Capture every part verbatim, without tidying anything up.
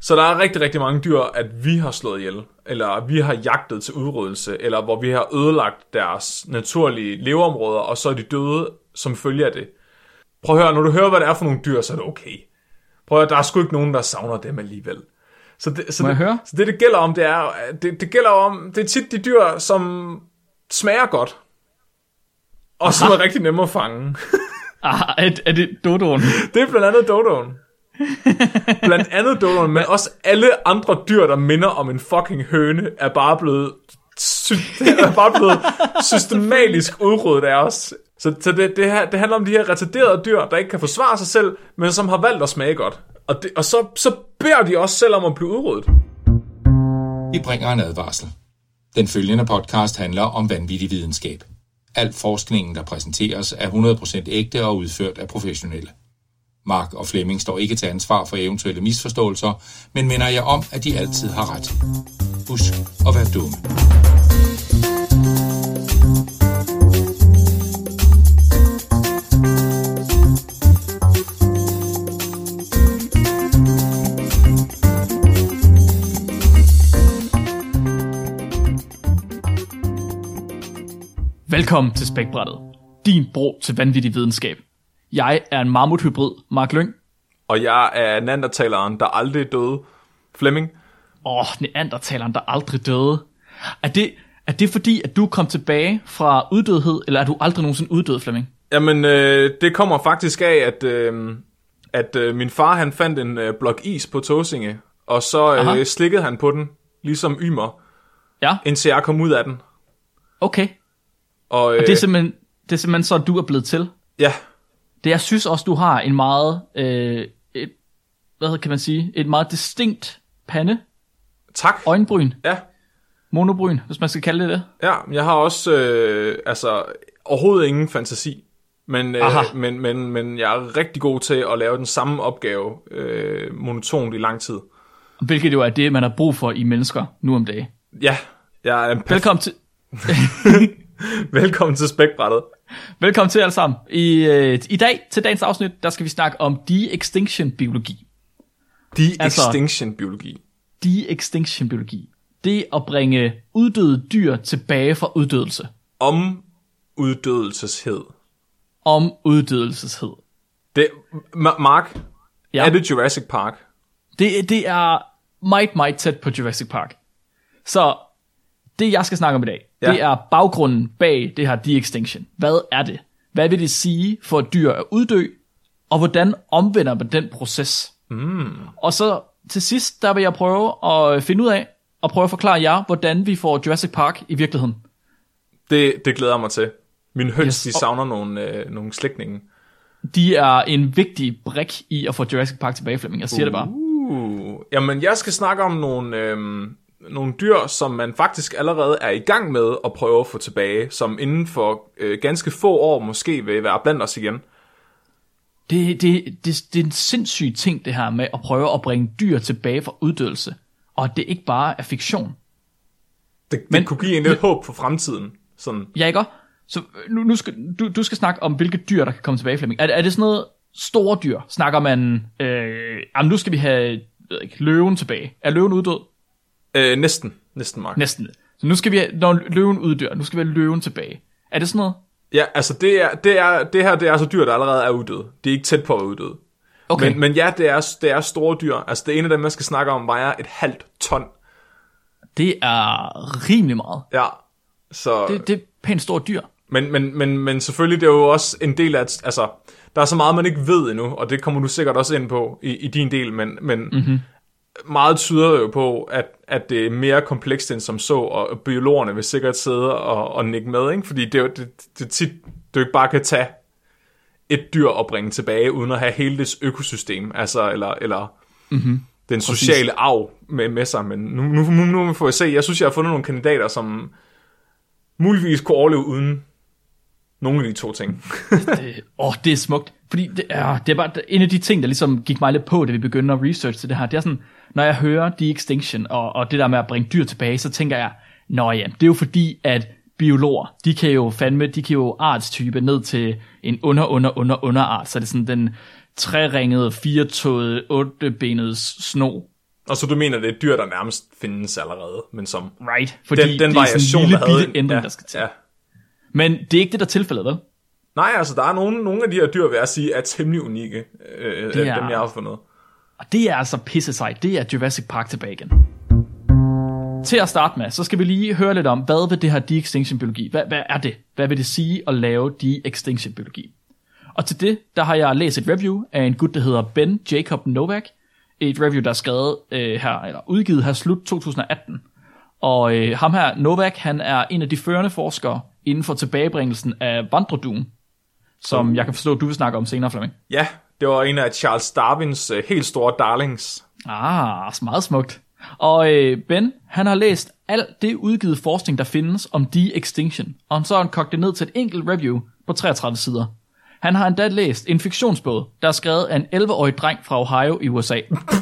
Så der er rigtig, rigtig mange dyr, at vi har slået ihjel, eller vi har jagtet til udryddelse, eller hvor vi har ødelagt deres naturlige leveområder, og så er de døde som følge af det. Prøv at høre, når du hører, hvad det er for nogle dyr, så er det okay. Prøv at høre, der er sgu ikke nogen, der savner dem alligevel. Så det, så det, så det, det gælder om, det er, det, det gælder om, det er tit de dyr, som smager godt, og som er rigtig nemme at fange. Ah, er, er det dodoen? Det er blandt andet dodoen. Blandt andet dodoen, men også alle andre dyr, der minder om en fucking høne, er bare blevet, sy- er bare blevet systematisk udryddet af os. Så, så det, det, her, det handler om de her retarderede dyr, der ikke kan forsvare sig selv, men som har valgt at smage godt. Og, det, og så, så beder de også selv om at blive udryddet. Vi bringer en advarsel. Den følgende podcast handler om vanvittig videnskab. Al forskningen, der præsenteres, er hundrede procent ægte og udført af professionelle. Mark og Flemming står ikke til ansvar for eventuelle misforståelser, men minder jer om, at de altid har ret. Husk at være dumme. Velkommen til Spækbrættet, din bro til vanvittig videnskab. Jeg er en mammuthybrid, Mark Lyng. Og jeg er neandertaleren, der aldrig døde, Flemming. Åh, oh, neandertaleren, der aldrig døde. Er det, er det fordi, at du kom tilbage fra uddødhed, eller er du aldrig nogensinde uddød, Flemming? Jamen, øh, det kommer faktisk af, at, øh, at øh, min far han fandt en øh, blok is på Tåsinge, og så øh, slikkede han på den, ligesom Ymer, ja. Indtil jeg kom ud af den. Okay. Og, øh, og det, er simpelthen, det er simpelthen så, du er blevet til? Ja. Det, jeg synes også, du har en meget, øh, et, hvad kan man sige, et meget distinkt pande. Tak. Øjenbryn. Ja. Monobryn, hvis man skal kalde det det. Ja, jeg har også, øh, altså, overhovedet ingen fantasi. Men, øh, men, men, men jeg er rigtig god til at lave den samme opgave øh, monotont i lang tid. Hvilket jo er det, man har brug for i mennesker nu om dagen. Ja. Jeg er en Velkommen til... Velkommen til Spækbrættet. Velkommen til alle sammen. I, øh, I dag, til dagens afsnit, der skal vi snakke om de-extinction-biologi. De-extinction-biologi? Altså, de-extinction-biologi. Det at bringe uddøde dyr tilbage fra uddødelse. Om uddødelseshed. Om uddødelseshed. Det, Mark, ja. Er det Jurassic Park? Det, det er meget, meget tæt på Jurassic Park. Så det, jeg skal snakke om i dag, ja. Det er baggrunden bag det her de-extinction. Hvad er det? Hvad vil det sige for et dyr at uddø? Og hvordan omvender man den proces? Mm. Og så til sidst, der vil jeg prøve at finde ud af, og prøve at forklare jer, hvordan vi får Jurassic Park i virkeligheden. Det, det glæder jeg mig til. Min høns, yes. de savner og nogle, øh, nogle slægtninge. De er en vigtig brik i at få Jurassic Park tilbage, Flemming. Jeg siger uh. det bare. Jamen, jeg skal snakke om nogle... Øh, nogle dyr, som man faktisk allerede er i gang med at prøve at få tilbage, som inden for øh, ganske få år måske vil være blandt os igen. Det, det, det, det er en sindssyg ting, det her med at prøve at bringe dyr tilbage fra uddødelse, og det ikke bare er fiktion. Det, det Men, kunne give en lidt håb for fremtiden. Sådan. Ja, ikke? Så nu, nu skal, du, du skal snakke om, hvilke dyr, der kan komme tilbage, Flemming. Er, er det sådan noget store dyr? Snakker man, øh, jamen nu skal vi have ved ikke, løven tilbage. Er løven uddød? Øh, næsten, næsten Mark. Næsten. Så nu skal vi have, når løven uddør, nu skal vi have løven tilbage. Er det sådan noget? Ja, altså det er, det er, det her, det er så dyr, der allerede er uddøde. Det er ikke tæt på at være uddøde. Okay. Men, men ja, det er, det er store dyr. Altså det ene af dem, jeg skal snakke om, vejer et halvt ton. Det er rimelig meget. Ja. Så... Det, det er pænt stort dyr. Men, men, men, men selvfølgelig, det er jo også en del af, altså, der er så meget, man ikke ved endnu, og det kommer du sikkert også ind på i, i din del, men, men mm-hmm. meget tyder jo på, at, at det er mere komplekst end som så, og biologerne vil sikkert sidde og, og nikke med, ikke? Fordi det er jo det, det tit, du ikke bare kan tage et dyr og bringe tilbage, uden at have hele dets økosystem, altså, eller, eller mm-hmm. den sociale Præcis. arv med, med sig, men nu, nu, nu, nu får jeg se, jeg synes, jeg har fundet nogle kandidater, som muligvis kunne overleve uden nogle af de to ting. det, åh, det er smukt. Fordi det er, det er bare en af de ting, der ligesom gik mig lidt på, da vi begyndte at research til det her. Det er sådan, når jeg hører de-extinction og, og det der med at bringe dyr tilbage, så tænker jeg, nå ja, det er jo fordi, at biologer, de kan jo fandme, de kan jo artstype ned til en under, under, under, underart. Så det er sådan den treringede, firetåede, ottebenede sno. Og så du mener, det er dyr, der nærmest findes allerede, men som... Right, fordi den, den det er variation, sådan en lille der bitte ændring, ja, der skal til. Ja. Men det er ikke det, der er tilfældet, vel? Nej, altså der er nogle, nogle af de her dyr, vil jeg sige, er temmelig unikke, øh, Det er- dem jeg har fundet. Og det er altså pisse sejt. Det er Jurassic Park tilbage igen. Til at starte med, så skal vi lige høre lidt om, hvad vil det her de-extinction-biologi? Hvad, hvad er det? Hvad vil det sige at lave de-extinction-biologi? Og til det, der har jeg læst et review af en gut, der hedder Ben Jacob Novak. Et review, der er skrevet øh, her, eller udgivet her slut to tusind og atten. Og øh, ham her, Novak, han er en af de førende forskere inden for tilbagebringelsen af vandreduen, som jeg kan forstå, du vil snakke om senere, Flemming. Ja, det var en af Charles Darwins øh, helt store darlings. Ah, meget smukt. Og øh, Ben, han har læst alt det udgivet forskning, der findes om de-extinction, og så har han kogt det ned til et enkelt review på treogtredive sider. Han har endda læst en fiktionsbog, der er skrevet af en elleve-årig dreng fra Ohio i U S A.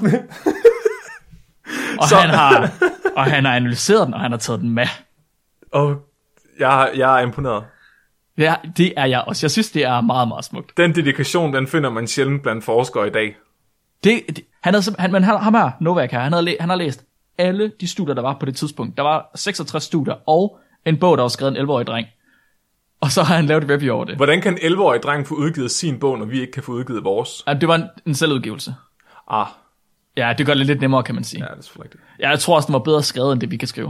og, Så- han har, og han har analyseret den, og han har taget den med. Og jeg, jeg er imponeret. Ja, det er jeg også. Jeg synes, det er meget, meget smukt. Den dedikation, den finder man sjældent blandt forskere i dag. Det, det, han havde, sim- han, men han, ham her, Novak her, han, havde læ, han har læst alle de studier, der var på det tidspunkt. Der var seksogtres studier, og en bog, der var skrevet en elleve-årig dreng. Og så har han lavet et review over det. Hvordan kan en elleve-årig dreng få udgivet sin bog, når vi ikke kan få udgivet vores? Ja, det var en, en selvudgivelse. Ah, Ja, det gør det lidt nemmere, kan man sige. ja, det er selvfølgelig rigtigt. Ja, jeg tror også, den var bedre skrevet, end det vi kan skrive.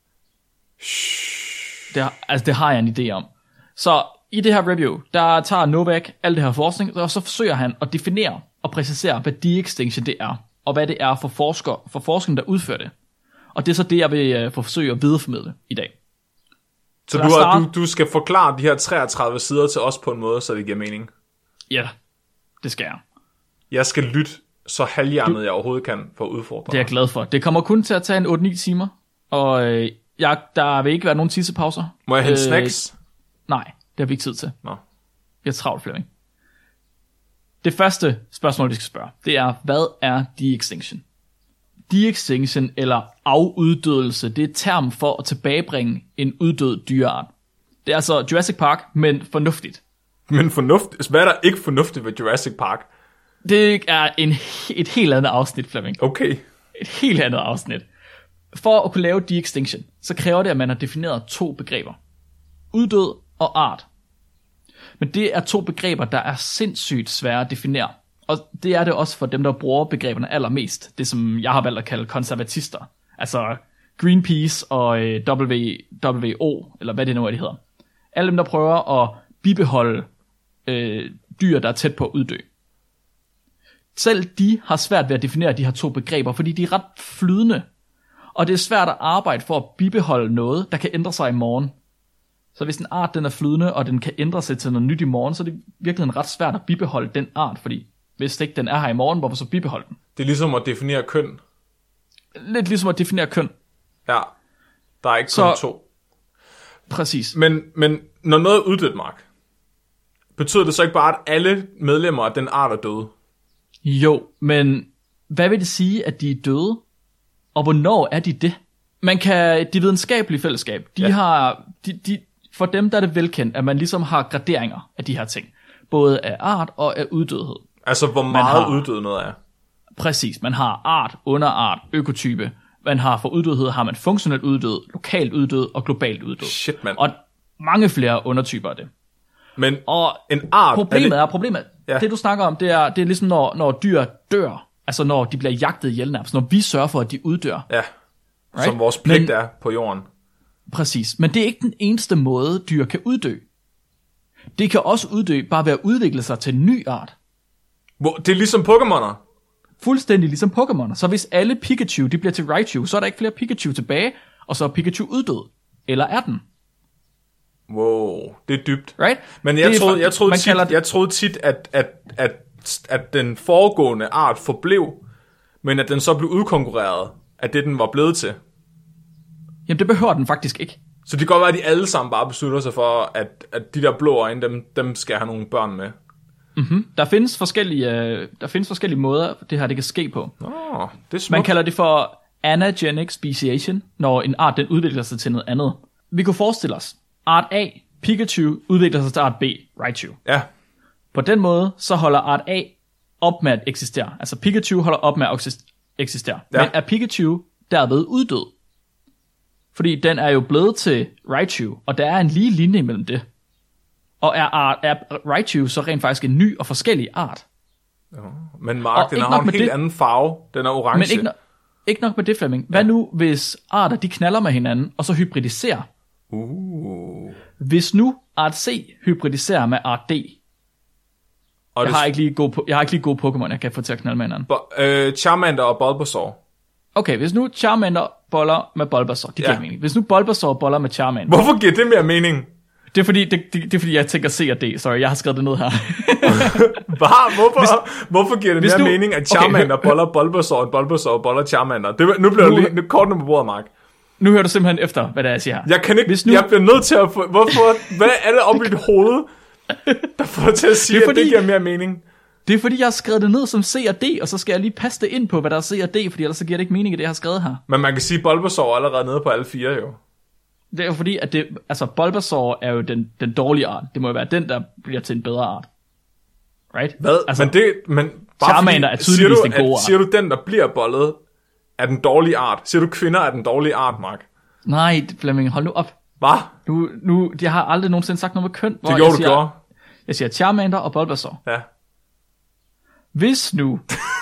Det, har- altså, det har jeg en idé om. Så i det her review, der tager Novak alt det her forskning, og så forsøger han at definere og præcisere, hvad de-extinction det er, og hvad det er for forskere, for forskerne, der udfører det. Og det er så det, jeg vil uh, forsøge at videreformidle i dag. Så lad du, os har, starte. du, du skal forklare de her treogtredive sider til os på en måde, så det giver mening. Ja, det skal jeg. Jeg skal lytte så halvhjernet, jeg overhovedet kan for at udfordre Det er jeg glad for. Det kommer kun til at tage en otte ni timer, og øh, jeg, der vil ikke være nogen tissepauser. Må jeg hente Øh, snacks? Nej, det har vi ikke tid til. Nå. Jeg er travlt, Flemming. Det første spørgsmål, vi skal spørge, det er, hvad er de-extinction? De-extinction, eller afuddødelse, det er et term for at tilbagebringe en uddød dyreart. Det er altså Jurassic Park, men fornuftigt. Men fornuft, hvad er der ikke fornuftigt ved Jurassic Park? Det er en, et helt andet afsnit, Flemming. Okay. Et helt andet afsnit. For at kunne lave de-extinction, så kræver det, at man har defineret to begreber. Uddød og art. Men det er to begreber, der er sindssygt svære at definere. Og det er det også for dem, der bruger begreberne allermest. Det som jeg har valgt at kalde konservatister. Altså Greenpeace og øh, W W O, eller hvad det nu er, de hedder. Alle dem, der prøver at bibeholde øh, dyr, der er tæt på at uddø. Selv de har svært ved at definere de her to begreber, fordi de er ret flydende. Og det er svært at arbejde for at bibeholde noget, der kan ændre sig i morgen. Så hvis en art den er flydende, og den kan ændre sig til noget nyt i morgen, så er det virkelig ret svært at bibeholde den art, fordi hvis ikke den er her i morgen, hvorfor så bibeholde den? Det er ligesom at definere køn. Lidt ligesom at definere køn. Ja. Der er ikke kun Så- to. Præcis. Men, men når noget er uddødt, Mark, betyder det så ikke bare, at alle medlemmer af den art er døde? Jo, men hvad vil det sige, at de er døde? Og hvornår er de det? Man kan, de videnskabelige fællesskab, de Ja. ja. har, de, de, for dem der er det velkendt, at man ligesom har graderinger af de her ting. Både af art og af uddødhed. Altså, hvor meget har- uddød noget er. Præcis, man har art, underart, økotype. Man har for uddødhed, har man funktionelt uddød, lokalt uddød og globalt uddød. Shit, mand. Og mange flere undertyper af det. Men Og en art... problemet det- er, problemet, Ja. ja. det du snakker om, det er, det er ligesom når, når dyr dør, altså når de bliver jagtet ihjel nærmest, når vi sørger for, at de uddør. Ja, Right? som vores pligt Men- er på jorden. Præcis, men det er ikke den eneste måde, dyr kan uddø. Det kan også uddø bare ved at udvikle sig til en ny art. Hvor, det er ligesom Pokémoner. Fuldstændig ligesom Pokémon. Så hvis alle Pikachu de bliver til Raichu, så er der ikke flere Pikachu tilbage, og så er Pikachu uddød. Eller er den? Wow, det er dybt. Right? Men jeg Det er troede, fra- jeg troede man tit, kalder det- jeg troede tit at, at, at, at den foregående art forblev, men at den så blev udkonkurreret af det, den var blevet til. Jamen det behøver den faktisk ikke. Så det kan godt være, at de alle sammen bare beslutter sig for, at, at de der blå øjne, dem, dem skal jeg have nogle børn med. Der findes forskellige, øh, der findes forskellige måder, det her det kan ske på. Åh, oh, det er smukt. Man kalder det for anagenic speciation, når en art den udvikler sig til noget andet. Vi kunne forestille os, art A, Pikachu, udvikler sig til art B, Raichu. Ja, På den måde, så holder art A op med at eksistere. Altså Pikachu holder op med at eksist- eksisterer. Ja. Men er Pikachu derved uddød? Fordi den er jo blevet til Raichu, og der er en lige linje mellem det. Og er, art, er Raichu så rent faktisk en ny og forskellig art? Ja. Men Mark, den har en helt det, anden farve. Den er orange. Men ikke, no, ikke nok med det, Flemming. Hvad ja. nu, hvis arter de knaller med hinanden, og så hybridiserer? Uh. Hvis nu art C hybridiserer med art D. Og jeg, har ikke lige gode, jeg har ikke lige gode Pokémon, jeg kan få til at knalde med hinanden. Bo- øh, Charmander og Bulbasaur. Okay, hvis nu Charmander boller med Bulbasaur, det giver ja. mening. Hvis nu Bulbasaur boller med Charmander. Hvorfor giver det mere mening? Det er fordi, det, det, det er fordi jeg tænker C og D. Sorry, jeg har skrevet det ned her. Hvad? Hvorfor, hvis, hvorfor giver det mere nu, mening, at Charmander okay, boller Bulbasaur, og Bulbasaur boller Charmander? Det, nu bliver det lige kort på bordet, Mark. Nu hører du simpelthen efter, hvad det er, jeg siger her. Jeg kan ikke, hvis nu, jeg bliver nødt til at få, hvorfor, hvad er det oppe i dit hoved, der får dig til at sige, det fordi, at det giver mere mening? Det er fordi, jeg har skrevet det ned som C og D, og så skal jeg lige passe det ind på, hvad der er C og D, fordi ellers så giver det ikke mening, at det jeg har skrevet her. Men man kan sige, at Bulbasaur er allerede nede på alle fire, jo. Det er jo fordi, at det, altså Bulbasaur er jo den, den dårlige art. Det må jo være den, der bliver til en bedre art. Right? Hvad? Altså, men det, men bare Charmander er tydeligvis den gode art. Siger du, den, der bliver bollet, er den dårlige art? Siger du, kvinder er den dårlige art, Mark? Nej, Flemming, hold nu op. Hvad? Nu, nu, jeg har aldrig nogensinde sagt noget med køn. Det gjorde du siger, gjorde. Jeg siger Charmander og Bulbasaur. Ja. Hvis nu...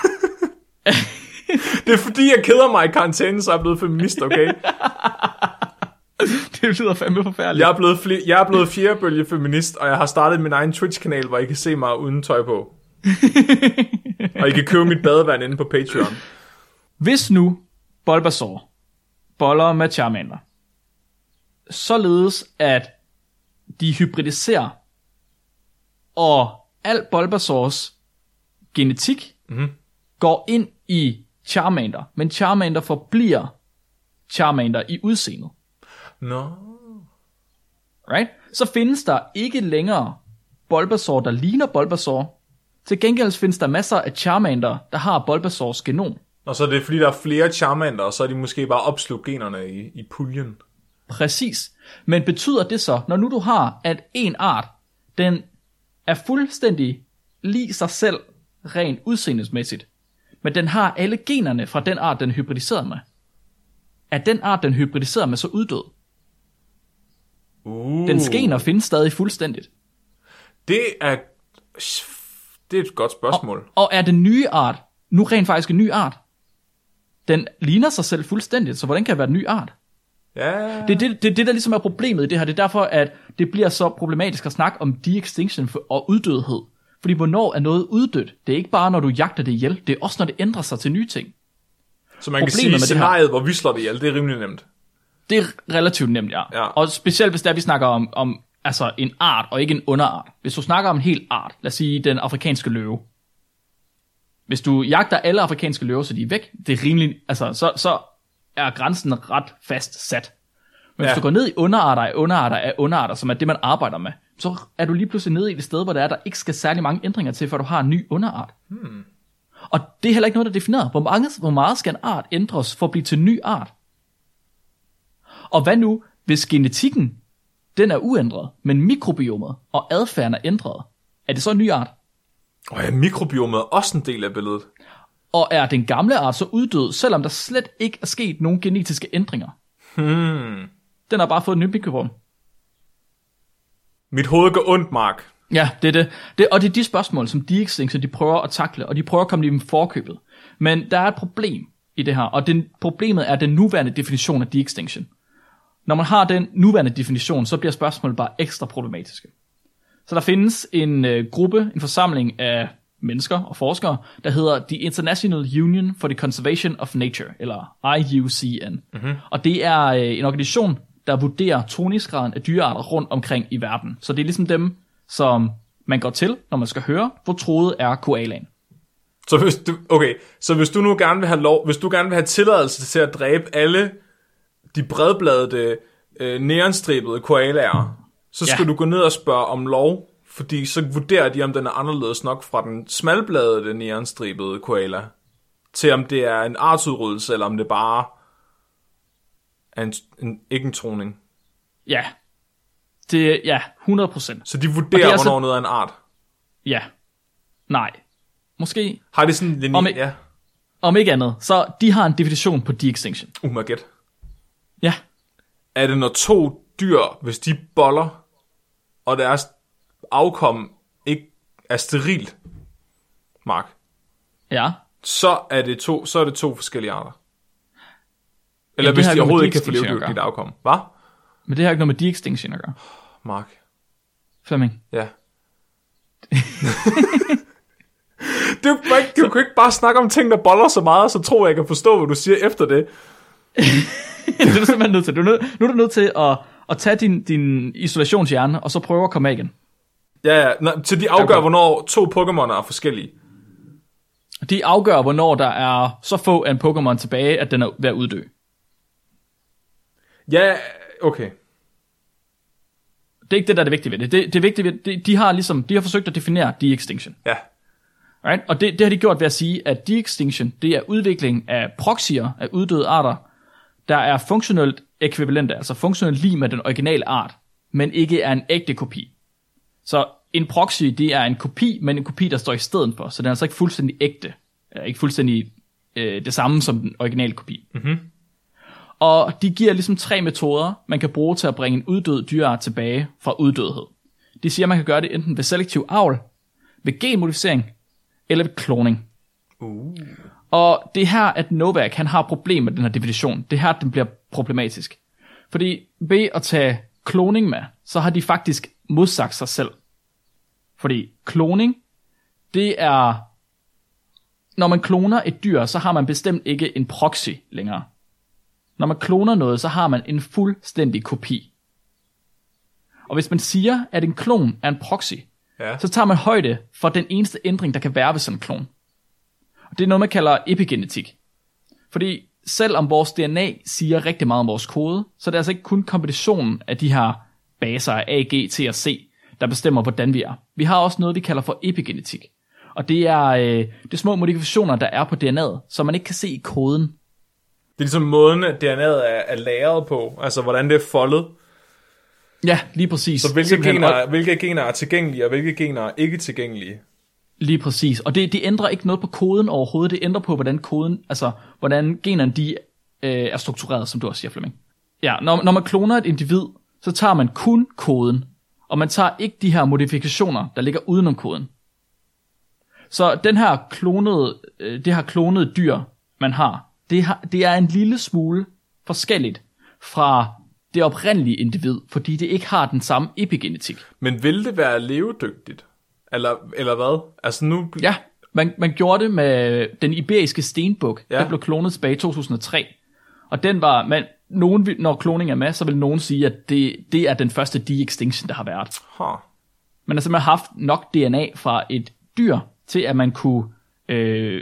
Det er fordi, jeg keder mig i karantænen, så er jeg blevet feminist, okay? Det lyder fandme forfærdeligt. Jeg er blevet, fl- jeg er blevet fjerdebølge feminist, og jeg har startet min egen Twitch-kanal, hvor I kan se mig uden tøj på. Og I kan købe mit badevand inde på Patreon. Hvis nu Bulbasaur boller med Charmander, således at de hybridiserer, og al Bulbasaurs genetik mm-hmm. går ind i Charmander, men Charmander forbliver Charmander i udseendet. No. Right? Så findes der ikke længere Bulbasaur, der ligner Bulbasaur. Til gengæld findes der masser af Charmander, der har Bulbasaurs genom. Og så er det fordi, der er flere Charmander, og så er de måske bare opslugt generne i, i puljen. Præcis. Men betyder det så, når nu du har, at en art, den er fuldstændig lige sig selv, rent udseendemæssigt, men den har alle generne fra den art, den hybridiseret med, er den art, den hybridiseret med, så uddød? Uh. Den gener findes stadig fuldstændigt. Det er, det er et godt spørgsmål. Og, og er den nye art nu rent faktisk en ny art? Den ligner sig selv fuldstændigt, så hvordan kan det være en ny art? Ja. Det er det, det, det, der ligesom er problemet i det her. Det er derfor, at det bliver så problematisk at snakke om de-extinction og uddødhed. Fordi hvornår er noget uddødt? Det er ikke bare, når du jagter det ihjel. Det er også, når det ændrer sig til nye ting. Så man problemet kan sige, at scenariet, hvor vi slår det ihjel, det er rimelig nemt. Det er relativt nemt, ja. ja. Og specielt hvis der vi snakker om, om altså en art og ikke en underart. Hvis du snakker om en hel art, lad os sige den afrikanske løve. Hvis du jagter alle afrikanske løver, så de er væk, det er rimelig, altså, så, så er grænsen ret fast sat. Men ja. Hvis du går ned i underarter af underarter af underarter, som er det, man arbejder med, så er du lige pludselig nede i et sted, hvor der er, der ikke skal særlig mange ændringer til, for du har en ny underart. Hmm. Og det er heller ikke noget, der definerer, hvor, mange, hvor meget skal en art ændres for at blive til en ny art. Og hvad nu, hvis genetikken, den er uændret, men mikrobiomet og adfærden er ændret? Er det så en ny art? Og er mikrobiomet også en del af billedet? Og er den gamle art så uddød, selvom der slet ikke er sket nogen genetiske ændringer? Hmm. Den har bare fået en ny mikrobiom. Mit hoved går ondt, Mark. Ja, det er det. det. Og det er de spørgsmål, som de-extinction, de prøver at takle, og de prøver at komme dem i forkøbet. Men der er et problem i det her, og den, problemet er den nuværende definition af de-extinction. Når man har den nuværende definition, så bliver spørgsmålet bare ekstra problematiske. Så der findes en øh, gruppe, en forsamling af mennesker og forskere, der hedder The International Union for the Conservation of Nature, eller I U C N. Mm-hmm. Og det er øh, en organisation, der vurderer troningsgraden af dyrearter rundt omkring i verden. Så det er ligesom dem, som man går til, når man skal høre, hvor troet er koalaen. Så hvis du, okay, så hvis du nu gerne vil have lov, hvis du gerne vil have tilladelse til at dræbe alle de bredbladede, øh, neonstribede koalaer, så skal ja. du gå ned og spørge om lov, fordi så vurderer de, om den er anderledes nok fra den smalbladede neonstribede koala, til om det er en artsudryddelse, eller om det bare er en, en, ikke en troning. Ja, det ja, hundrede procent. Så de vurderer, altså, hvornår noget er en art? Ja, nej, måske. Har de sådan en linje? Om, ja. Om ikke andet, så de har en definition på de-extinction. Uh, my God. Ja. Er det når to dyr, hvis de boller, og deres afkom ikke er sterilt, Mark, Ja. så er det to, så er det to forskellige arter? Eller Jamen, hvis det har de ikke noget overhovedet med ikke kan få de-extinction levedygtigt at gøre. afkom. Hvad? Men det har ikke noget med de-extinction at gøre. Mark. Flemming. Ja. du, du, ikke, du kan ikke bare snakke om ting, der boller så meget, så tror jeg, jeg kan forstå, hvad du siger efter det. Det er du simpelthen nødt til. Du er nød, nu er du nødt til at, at tage din, din isolationshjerne, og så prøve at komme af igen. Ja, ja. Nå, til de afgør, okay. hvornår to Pokémoner er forskellige. De afgør, hvornår der er så få af en Pokémon tilbage, at den er ved at uddø. Ja, okay. Det er ikke det, der er det vigtige ved det. Det, det er vigtigt ved det. De har ligesom, de har forsøgt at definere de-extinction. Ja. Right? Og det, det har de gjort ved at sige, at de-extinction, det er udvikling af proxier, af uddøde arter, der er funktionelt ekvivalente, altså funktionelt lige med den originale art, men ikke er en ægte kopi. Så en proxy, det er en kopi, men en kopi, der står i stedet for, så den er altså ikke fuldstændig ægte. Ikke fuldstændig øh, det samme som den originale kopi. Mm-hmm. Og de giver ligesom tre metoder, man kan bruge til at bringe en uddød dyreart tilbage fra uddødhed. De siger, at man kan gøre det enten ved selektiv avl, ved genmodificering, eller ved kloning. Uh. Og det er her, at Novak, han har problem med den her definition. Det er her, at den bliver problematisk. Fordi ved at tage kloning med, så har de faktisk modsagt sig selv. Fordi kloning, det er... Når man kloner et dyr, så har man bestemt ikke en proxy længere. Når man kloner noget, så har man en fuldstændig kopi. Og hvis man siger, at en klon er en proxy, ja. så tager man højde for den eneste ændring, der kan være ved sådan en klon. Og det er noget, man kalder epigenetik. Fordi selvom vores D N A siger rigtig meget om vores kode, så er det altså ikke kun kombinationen af de her baser af A, G, T og C, der bestemmer, hvordan vi er. Vi har også noget, vi kalder for epigenetik. Og det er, øh, det er små modifikationer, der er på D N A'et, som man ikke kan se i koden. Det er ligesom måden, at D N A'et er, er lagret på, altså hvordan det er foldet. Ja, lige præcis. Så hvilke gener, og... hvilke gener er tilgængelige, og hvilke gener er ikke tilgængelige. Lige præcis. Og det, det ændrer ikke noget på koden overhovedet. Det ændrer på, hvordan koden, altså hvordan generne de øh, er struktureret, som du også siger, Flemming. Ja, når, når man kloner et individ, så tager man kun koden, og man tager ikke de her modifikationer, der ligger udenom koden. Så den her klonede, øh, det her klonede dyr, man har, det, har, det er en lille smule forskelligt fra det oprindelige individ, fordi det ikke har den samme epigenetik. Men vil det være levedygtigt? Eller, eller hvad? Altså nu... Ja, man, man gjorde det med den iberiske stenbuk. Ja. Den blev klonet tilbage i to tusind og tre. Og den var... Man, nogen, når kloning er med, så vil nogen sige, at det, det er den første de-extinction, der har været. Huh. Man har simpelthen haft nok D N A fra et dyr, til at man kunne øh,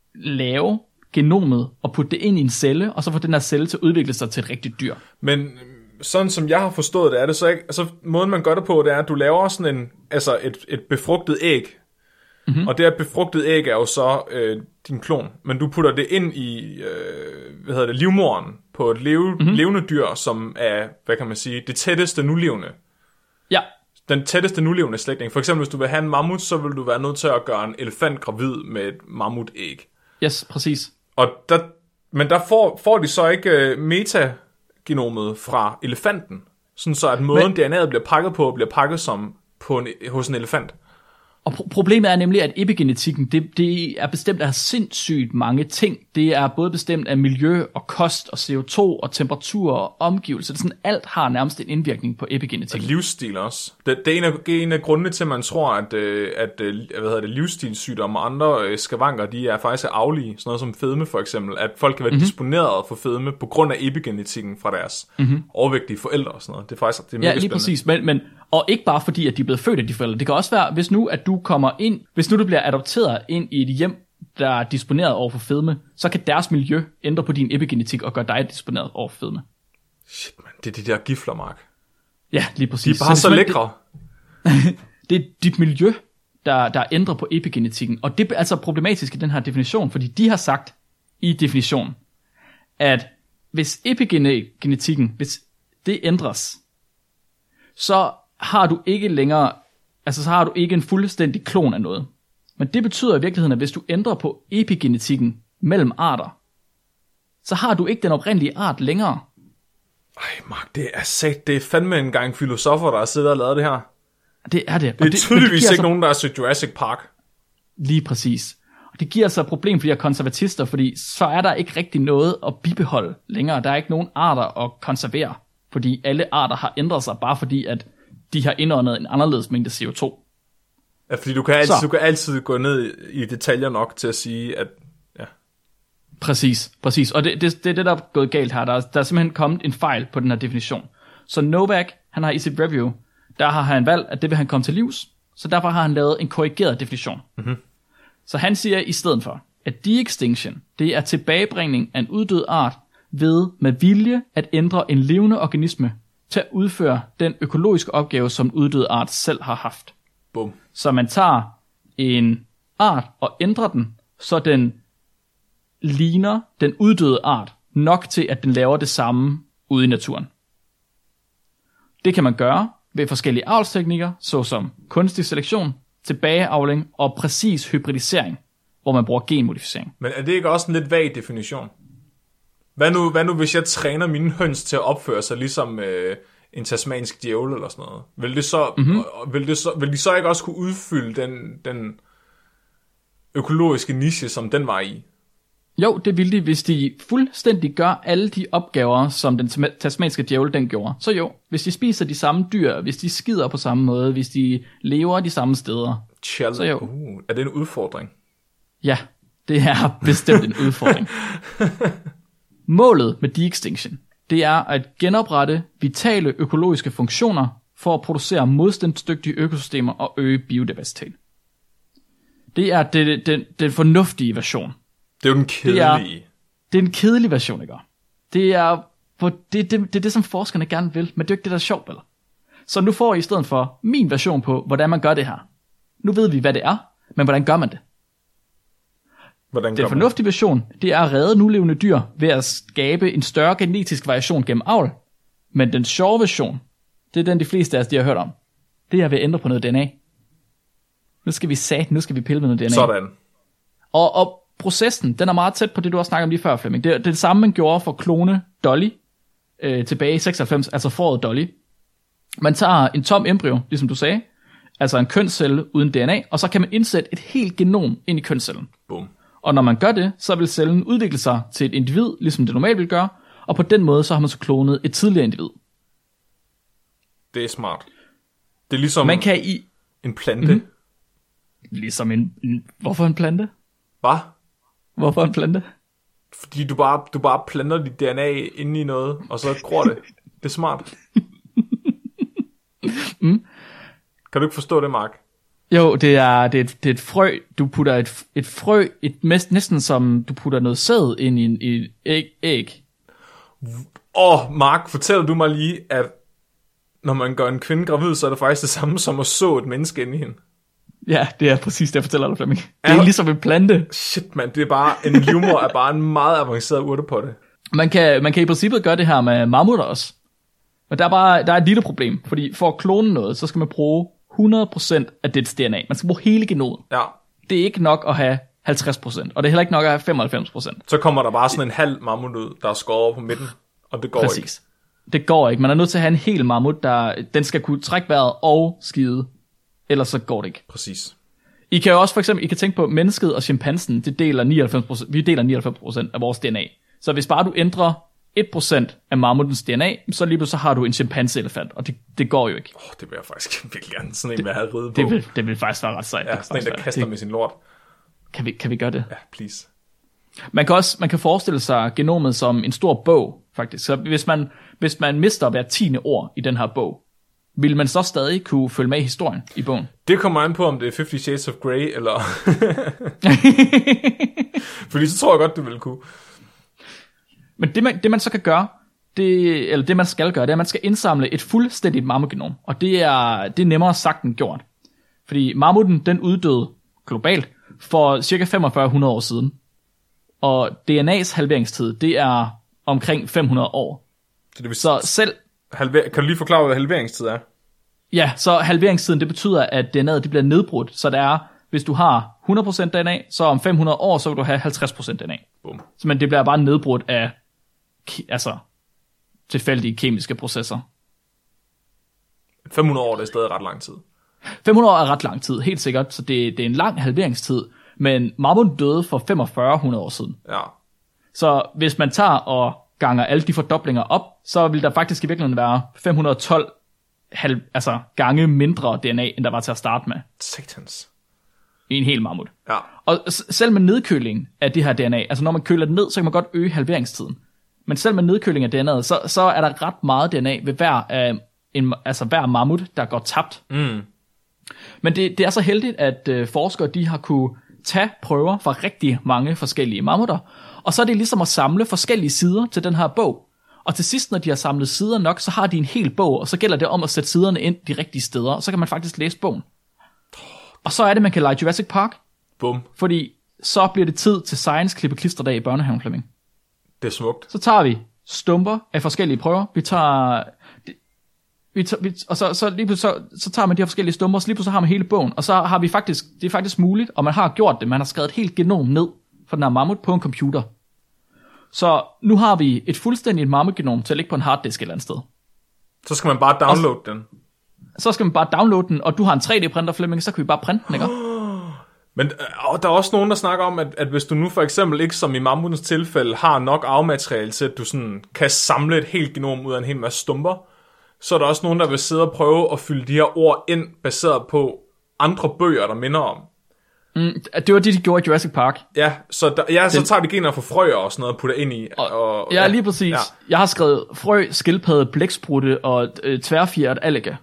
lave genomet og putte det ind i en celle, og så få den her celle til at udvikle sig til et rigtigt dyr. Men sådan som jeg har forstået det, er det så ikke, altså måden man gør det på, det er, at du laver sådan en, altså et, et befrugtet æg, mm-hmm. og det her befrugtede æg er jo så øh, din klon, men du putter det ind i, øh, hvad hedder det, livmoderen på et leve, mm-hmm. levende dyr, som er, hvad kan man sige, det tætteste nulevende. Ja. Den tætteste nulevende slægtning. For eksempel, hvis du vil have en mammut, så vil du være nødt til at gøre en elefant gravid med et mammutæg. Yes, præcis. Og der, men der får, får de så ikke uh, metagenomet fra elefanten, sådan så at måden men, D N A'et bliver pakket på, bliver pakket som på en, hos en elefant. Og pro- problemet er nemlig, at epigenetikken, det, det er bestemt af sindssygt mange ting. Det er både bestemt af miljø og kost og C O to og temperatur og omgivelser. Det er sådan, alt har nærmest en indvirkning på epigenetikken. Og livsstil også. Det, det, er en af, det er en af grundene til, at man tror, at, at hvad hedder det, livsstilssygdomme og andre skavanker, de er faktisk arvelige. Sådan noget som fedme for eksempel. At folk kan være mm-hmm. disponeret for fedme på grund af epigenetikken fra deres mm-hmm. overvægtige forældre og sådan noget. Det er faktisk det er mega ja, lige spændende. Præcis. Men, men, og ikke bare fordi, at de er blevet født af de forældre. Det kan også være, hvis nu, at du kommer ind, hvis nu du bliver adopteret ind i et hjem, der er disponeret over for fedme, så kan deres miljø ændre på din epigenetik og gøre dig disponeret over for fedme. Shit, man, det er de der gifler, Mark. Ja, lige præcis. De er bare så, så lækre. Det, det er dit miljø, der, der ændrer på epigenetikken. Og det er altså problematisk i den her definition, fordi de har sagt i definitionen, at hvis epigenetikken, hvis det ændres, så har du ikke længere, altså så har du ikke en fuldstændig klon af noget. Men det betyder i virkeligheden, at hvis du ændrer på epigenetikken mellem arter, så har du ikke den oprindelige art længere. Ej, Mark, det er sat, det er fandme en gang filosofer, der har siddet og lavet det her. Det er det. Det er det, tydeligvis det ikke altså, nogen, der er set Jurassic Park. Lige præcis. Og det giver altså et problem for de her konservatister, fordi så er der ikke rigtig noget at bibeholde længere. Der er ikke nogen arter at konservere, fordi alle arter har ændret sig, bare fordi at de har indåndet en anderledes mængde C O to. Ja, fordi du kan, altid, du kan altid gå ned i detaljer nok til at sige, at... Ja. Præcis, præcis. Og det, det, det er det, der er gået galt her. Der er, der er simpelthen kommet en fejl på den her definition. Så Novak, han har i sit review, der har han valgt, at det vil han komme til livs, så derfor har han lavet en korrigeret definition. Mm-hmm. Så han siger i stedet for, at de-extinction, det er tilbagebringning af en uddød art ved med vilje at ændre en levende organisme til at udføre den økologiske opgave, som en uddød art selv har haft. Boom. Så man tager en art og ændrer den, så den ligner den uddøde art nok til, at den laver det samme ude i naturen. Det kan man gøre ved forskellige avlsteknikker, såsom kunstig selektion, tilbageavling og præcis hybridisering, hvor man bruger genmodificering. Men er det ikke også en lidt vag definition? Hvad nu, hvad nu hvis jeg træner mine høns til at opføre sig ligesom øh, en tasmansk djævel eller sådan noget? Vil, det så, mm-hmm. vil, det så, vil de så ikke også kunne udfylde den, den økologiske niche, som den var i? Jo, det vil de, hvis de fuldstændig gør alle de opgaver, som den tasmanske djævel den gjorde. Så jo, hvis de spiser de samme dyr, hvis de skider på samme måde, hvis de lever de samme steder. Chill. Så jo. Uh, er det en udfordring? Ja, det er bestemt en udfordring. Målet med de-extinction, det er at genoprette vitale økologiske funktioner for at producere modstandsdygtige økosystemer og øge biodiversitet. Det er den, den, den fornuftige version. Det er jo den kedelige. Det er, det er en kedelig version, ikke? Det er, det, det, det, det er det, som forskerne gerne vil, men det er jo ikke det, der er sjovt, eller? Så nu får I i stedet for min version på, hvordan man gør det her. Nu ved vi, hvad det er, men hvordan gør man det? Hvordan Den fornuftige version, det er at redde nulevende dyr ved at skabe en større genetisk variation gennem avl. Men den sjove version, det er den, de fleste af os de har hørt om. Det er ved at ændre på noget D N A. Nu skal vi sat, nu skal vi pille med noget D N A. Sådan. Og, og processen, den er meget tæt på det, du har snakket om lige før, Flemming. Det er det, er det samme, man gjorde for klone Dolly øh, tilbage i seksoghalvfems, altså foråret Dolly. Man tager en tom embryo, ligesom du sagde, altså en kønscelle uden D N A, og så kan man indsætte et helt genom ind i kønscellen. Boom. Og når man gør det, så vil cellen udvikle sig til et individ, ligesom det normalt vil gøre, og på den måde, så har man så klonet et tidligere individ. Det er smart. Det er ligesom man kan i... en plante. Mm-hmm. Ligesom en... Hvorfor en plante? Hvad? Hvorfor en plante? Fordi du bare, du bare planter dit D N A inde i noget, og så gror det. Det er smart. mm. Kan du ikke forstå det, Mark? Jo, det er, det er, et, det er et frø. Du putter et, et frø, et mest, næsten som du putter noget sæd ind i en i et æg. æg. Åh, oh, Mark, fortæller du mig lige, at når man gør en kvinde gravid, så er det faktisk det samme som at så et menneske inde i hende. Ja, det er præcis det, jeg fortæller dig, Flemming. Det er ligesom en plante. Shit, man, det er bare, en livmor er bare en meget avanceret urte på det. Man kan, man kan i princippet gøre det her med mammutter også. Men der er bare der er et lille problem, fordi for at klone noget, så skal man bruge hundrede procent af dets D N A. Man skal bruge hele genomet. Ja. Det er ikke nok at have halvtreds procent, og det er heller ikke nok at have femoghalvfems procent. Så kommer der bare sådan en halv mammut ud, der er skåret over på midten, og det går præcis. ikke. Det går ikke. Man er nødt til at have en hel mammut, der den skal kunne trække vejret og skide, ellers så går det ikke. Præcis. I kan jo også for eksempel, I kan tænke på mennesket og chimpansen, det deler nioghalvfems procent, vi deler nioghalvfems procent af vores D N A. Så hvis bare du ændrer et procent af mammutens D N A, så lige pludselig så har du en chimpanse-elefant, og det, det går jo ikke. Åh, oh, det vil jeg faktisk virkelig gerne sådan en med at have ride på. Det vil, det vil faktisk være ret sejt. Ja, sådan en, der kaster det, med sin lort. Kan vi, kan vi gøre det? Ja, please. Man kan også man kan forestille sig genomet som en stor bog, faktisk. Så hvis man, hvis man mister hver tiende ord i den her bog, vil man så stadig kunne følge med i historien i bogen? Det kommer an på, om det er Fifty Shades of Grey, eller... Fordi så tror jeg godt, du vil kunne. Men det man, det man så kan gøre, det, eller det man skal gøre, det er, at man skal indsamle et fuldstændigt mammugenom. Og det er, det er nemmere sagt end gjort. Fordi mammuten, den uddøde globalt for cirka femogfyrre hundrede år siden. Og D N A's halveringstid, det er omkring fem hundrede år. Så, det vil... så selv... Halver... Kan du lige forklare, hvad halveringstid er? Ja, så halveringstiden, det betyder, at D N A'et det bliver nedbrudt. Så det er, hvis du har hundrede procent D N A, så om fem hundrede år, så vil du have halvtreds procent D N A. Boom. Så, men det bliver bare nedbrudt af altså, tilfældige kemiske processer. fem hundrede år, det er stadig ret lang tid. fem hundrede år er ret lang tid, helt sikkert, så det, det er en lang halveringstid, men mammut døde for fyrre hundrede år siden. Ja. Så hvis man tager og ganger alle de fordoblinger op, så vil der faktisk i virkeligheden være fem hundrede og tolv halv, altså gange mindre D N A, end der var til at starte med. Satans. I en hel mammut. Ja. Og selv med nedkøling af det her D N A, altså når man køler det ned, så kan man godt øge halveringstiden. Men selv med nedkøling af D N A'et, så, så er der ret meget D N A ved hver, uh, en, altså hver mammut, der går tabt. Mm. Men det, det er så heldigt, at uh, forskere de har kunne tage prøver fra rigtig mange forskellige mammutter, og så er det ligesom at samle forskellige sider til den her bog. Og til sidst, når de har samlet sider nok, så har de en hel bog, og så gælder det om at sætte siderne ind de rigtige steder, og så kan man faktisk læse bogen. Og så er det, man kan lege Jurassic Park. Bum. Fordi så bliver det tid til Science Klippe Klisterdag i børnehaven, Flemming. Det er smukt. Så tager vi stumper af forskellige prøver. Vi tager... Vi tager vi, og så, så, lige så, så tager man de her forskellige stumper, og så lige pludselig har man hele bogen. Og så har vi faktisk... Det er faktisk muligt, og man har gjort det. Man har skrevet et helt genom ned for den her mammut på en computer. Så nu har vi et fuldstændigt mammutgenom til at ligge på en harddisk et eller andet sted. Så skal man bare downloade så, den. Så skal man bare downloade den, og du har en tre D-printer, Flemming, så kan vi bare printe den, ikke? Men og der er også nogen, der snakker om, at, at hvis du nu for eksempel ikke, som i mammutens tilfælde, har nok arvemateriale til, at du sådan kan samle et helt genom ud af en hel masse stumper, så er der også nogen, der vil sidde og prøve at fylde de her ord ind, baseret på andre bøger, der minder om. Mm, det var det, de gjorde i Jurassic Park. Ja, så, der, ja, så tager de gener fra frøer og sådan noget og putter ind i. Og, og, ja, lige præcis. Ja. Jeg har skrevet frø, skildpadde, blæksprutte og øh, tværfjert alliga.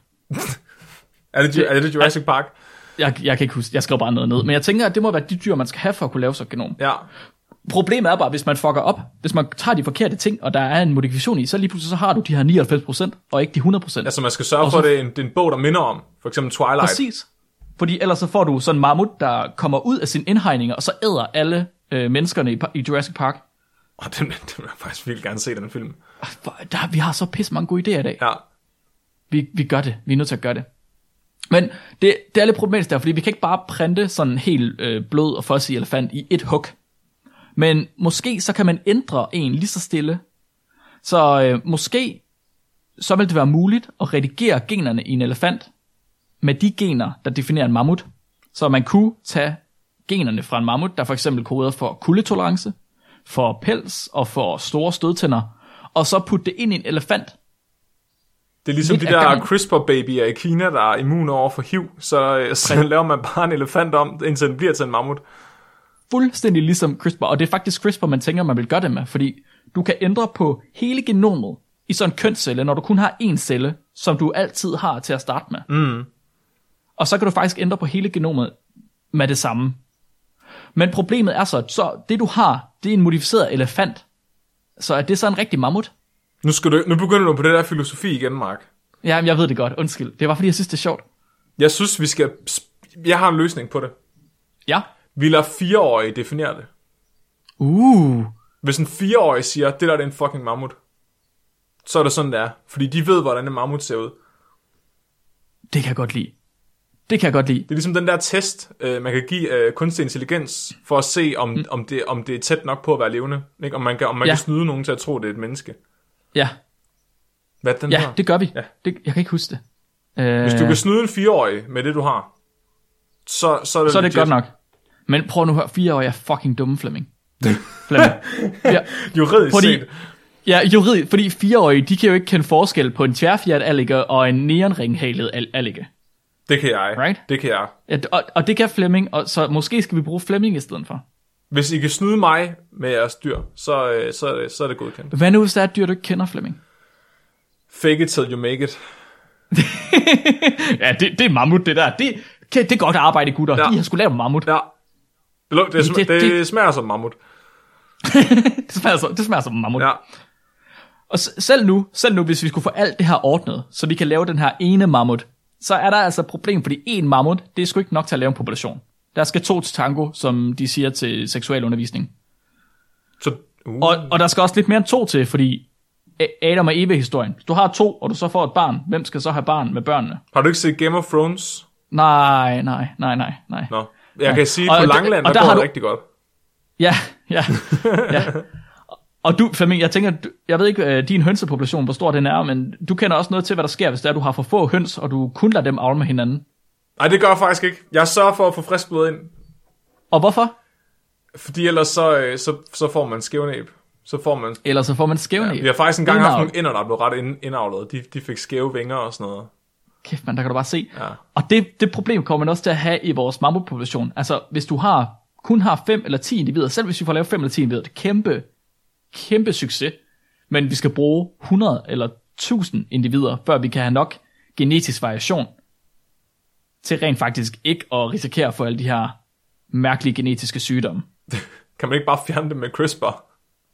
er, det, er det Jurassic Park? Jeg, jeg kan ikke huske, jeg skrev bare noget ned. Men jeg tænker, at det må være de dyr, man skal have for at kunne lave sådan et genom. Ja. Problemet er bare, hvis man fucker op, hvis man tager de forkerte ting, og der er en modifikation i, så lige pludselig så har du de her nioghalvfems procent, og ikke de hundrede procent. Altså man skal sørge for, at det er en, det er en bog, der minder om. For eksempel Twilight. Præcis. Fordi ellers så får du sådan en mammut, der kommer ud af sine indhegninger, og så æder alle øh, menneskerne i, i Jurassic Park. Og den, den vil jeg faktisk virkelig gerne se, den film. Der, vi har så pisse mange gode idéer i dag. Ja. Vi, vi gør det. Vi er nødt til at gøre det. Men det, det er lidt problematisk der, fordi vi kan ikke bare printe sådan en helt øh, blød og fuzzy elefant i et hug. Men måske så kan man ændre en lige så stille. Så øh, måske så vil det være muligt at redigere generne i en elefant med de gener, der definerer en mammut. Så man kunne tage generne fra en mammut, der for eksempel koder for kuldetolerance, for pels og for store stødtænder, og så putte det ind i en elefant. Det er ligesom lidt de der CRISPR-babyer i Kina, der er immune over for H I V, så, så laver man bare en elefant om, indtil den bliver til en mammut. Fuldstændig ligesom CRISPR, og det er faktisk CRISPR, man tænker, man vil gøre det med, fordi du kan ændre på hele genomet i sådan en kønscelle, når du kun har én celle, som du altid har til at starte med. Mm. Og så kan du faktisk ændre på hele genomet med det samme. Men problemet er så, så det du har, det er en modificeret elefant. Så er det så en rigtig mammut? Nu, skal du, nu begynder du på det der filosofi igen, Mark. Ja, jeg ved det godt. Undskyld. Det var fordi, jeg synes, det er sjovt. Jeg synes, vi skal... Jeg har en løsning på det. Ja. Vi lader fireårige definere det. Uh. Hvis en fireårig siger, det der er en fucking mammut, så er det sådan, det er. Fordi de ved, hvordan en mammut ser ud. Det kan jeg godt lide. Det kan jeg godt lide. Det er ligesom den der test, øh, man kan give øh, kunstig intelligens, for at se, om, mm. om, det, om det er tæt nok på at være levende. Ikke? Om man, kan, om man ja. kan snyde nogen til at tro, det er et menneske. Ja. Hvad er den ja, her? det gør vi. Ja. Det, jeg kan ikke huske det. Hvis du kan snyde en fireårig med det, du har, så, så er det Så er det godt nok. Men prøv nu at høre, fireårige er fucking dumme, Flemming. Flemming. Ja. Juridisk fordi, set. Ja, juridisk, fordi fireårige, de kan jo ikke kende forskel på en tværfjert alligator og en neonringhalet alligator. Det kan jeg. Right? Det kan jeg. Ja, og, og det kan Flemming, og så måske skal vi bruge Flemming i stedet for. Hvis I kan snyde mig med jeres dyr, så, så, så er det godkendt. Hvad nu, hvis der er et dyr, du ikke kender, Flemming? Fake it till you make it. Ja, det, det er mammut, det der. Det, det, det er godt arbejde, gutter. Ja. De har sgu lavet mammut. Ja. Det, det, det, det, det smager som mammut. det, smager som, det smager som mammut. Ja. Og selv nu, selv nu, hvis vi skulle få alt det her ordnet, så vi kan lave den her ene mammut, så er der altså et problem, fordi en mammut, det er sgu ikke nok til at lave en population. Der skal to til tango, som de siger til seksualundervisning. Så, uh. og, og der skal også lidt mere end to til, fordi Adam og Eve-historien. Du har to, og du så får et barn. Hvem skal så have barn med børnene? Har du ikke set Game of Thrones? Nej, nej, nej, nej, nej. Nå. Jeg ja. kan sige, at på Langeland, der, der går det du... rigtig godt. Ja, ja, ja. Og du, Flemming, jeg tænker, du, jeg ved ikke, din hønsepopulation, hvor stor den er, men du kender også noget til, hvad der sker, hvis det er, du har for få høns, og du kun lader dem avle med hinanden. Nej, det gør jeg faktisk ikke. Jeg sørger for at få frisk blod ind. Og hvorfor? Fordi ellers så, så, så får man skævnæb. Så får man... Ellers så får man skævnæb. Ja, vi har faktisk engang haft nogle ender, der blev ret indavlet. De, de fik skæve vinger og sådan noget. Kæft, man, der kan du bare se. Ja. Og det, det problem kommer man også til at have i vores mammutpopulation. Altså, hvis du har kun har fem eller ti individer, selv hvis vi får lavet fem eller ti individer, det er kæmpe, kæmpe succes. Men vi skal bruge hundrede eller tusind individer, før vi kan have nok genetisk variation til rent faktisk ikke at risikere for alle de her mærkelige genetiske sygdomme. Kan man ikke bare fjerne det med CRISPR?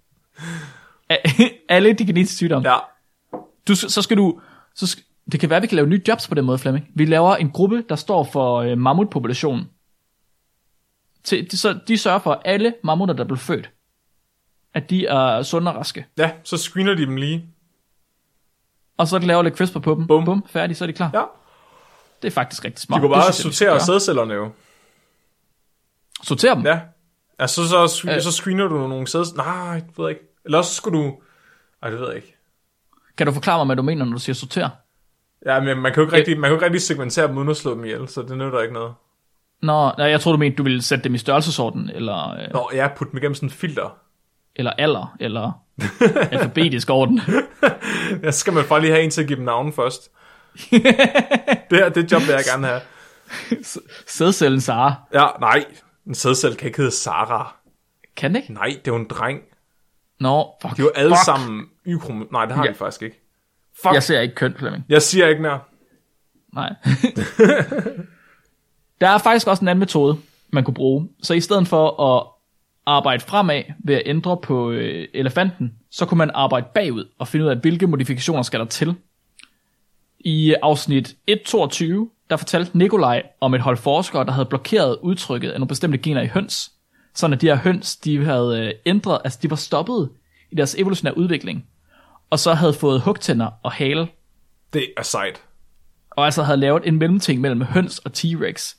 Alle de genetiske sygdomme? Ja. Du, så skal du... Så skal, det kan være, at vi kan lave nye jobs på den måde, Flemming. Vi laver en gruppe, der står for øh, mammutpopulationen. Til, de, så de sørger for, at alle mammutter, der bliver født, at de er sunde og raske. Ja, så screener de dem lige. Og så laver lidt CRISPR på dem. Bum. Bum, færdig, så er de klar. Ja. Det er faktisk rigtig smart. De kunne bare sortere sædcellerne jo. Sortere dem? Ja. Altså, så, så, øh. så screener du nogle sædceller. Nej, det ved jeg ikke. Eller også skulle du... Ej, det ved jeg ikke. Kan du forklare mig, hvad du mener, når du siger sortere? Ja, men man kan jo ikke rigtig, man kan jo ikke rigtig segmentere dem uden at slå dem ihjel, så det nytter ikke noget. Nå, jeg tror du mente, du ville sætte dem i størrelsesorden, eller... Øh, Nå, ja, putte dem igennem sådan en filter. Eller alder, eller alfabetisk orden. Ja, så skal man bare lige have en til at give dem navn først. det her, det job vil jeg gerne have. Sædcellen Sara. Ja, nej. En sædcelle kan ikke hedde Sara. Kan det ikke? Nej, det er jo en dreng. Nå, fuck. De er jo alle fuck. sammen y-krom... Nej, det har ja. de faktisk ikke. Fuck. Jeg ser ikke køn, Flemming. Jeg siger ikke mere. Nej. Der er faktisk også en anden metode, man kunne bruge. Så i stedet for at arbejde fremad ved at ændre på øh, elefanten, så kunne man arbejde bagud og finde ud af, hvilke modifikationer skal der til. I afsnit et toogtyve, der fortalte Nikolaj om et hold forskere, der havde blokeret udtrykket af nogle bestemte gener i høns. Sådan at de her høns, de havde ændret, altså de var stoppet i deres evolutionære udvikling. Og så havde fået hugtænder og hale. Det er sejt. Og altså havde lavet en mellemting mellem høns og T-Rex.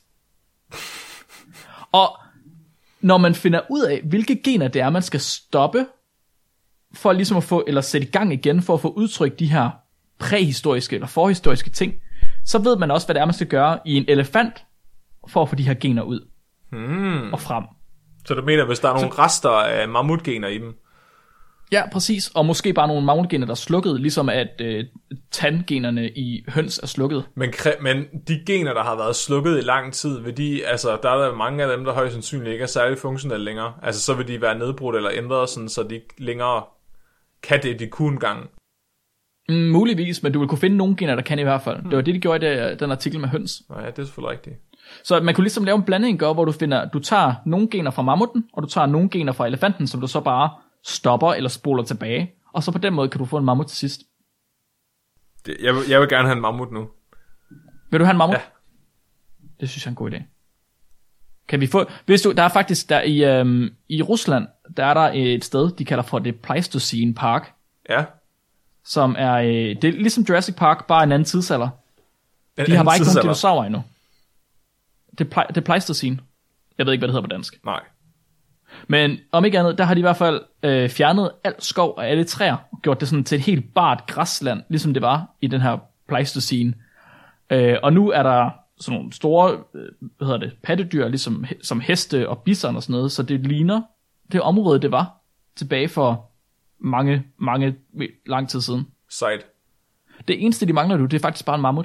Og når man finder ud af, hvilke gener det er, man skal stoppe, for ligesom at få, eller sætte i gang igen, for at få udtrykt de her præhistoriske eller forhistoriske ting, så ved man også, hvad det er, man skal gøre i en elefant, for at få de her gener ud hmm. og frem. Så du mener, hvis der er nogle så... rester af mammutgener i dem? Ja, præcis. Og måske bare nogle mammutgener, der er slukket, ligesom at øh, tandgenerne i høns er slukket. Men, men de gener, der har været slukket i lang tid, vil de, altså, der er der mange af dem, der højst sandsynligt ikke er særlig funktionelle længere. Altså, så vil de være nedbrudt eller ændret, sådan, så de ikke længere kan det, de kunne engang. Mm, muligvis, men du vil kunne finde nogle gener, der kan i hvert fald. Hmm. Det var det, de gjorde i det, den artikel med høns. Nej, ja, det er selvfølgelig rigtigt. Så man kunne ligesom lave en blanding, gør, hvor du finder, du tager nogle gener fra mammuten, og du tager nogle gener fra elefanten, som du så bare stopper eller spoler tilbage. Og så på den måde kan du få en mammut til sidst. Det, jeg, vil, jeg vil gerne have en mammut nu. Vil du have en mammut? Ja. Det synes jeg er en god idé. Kan vi få... Hvis du, der er faktisk, der i, øhm, i Rusland, der er der et sted, de kalder for det Pleistocene Park. Ja. Som er, øh, det er ligesom Jurassic Park, bare en anden tidsalder. En de har bare ikke nogen dinosaurer endnu. Det er, det er Pleistocene. Jeg ved ikke, hvad det hedder på dansk. Nej. Men om ikke andet, der har de i hvert fald øh, fjernet alt skov og alle træer, og gjort det sådan til et helt bart græsland, ligesom det var i den her Pleistocene. Øh, og nu er der sådan nogle store, øh, hvad hedder det, pattedyr, ligesom som heste og bison og sådan noget, så det ligner det område, det var tilbage for mange, mange, lang tid siden. Sejt. Det eneste, de mangler nu, det er faktisk bare en mammut.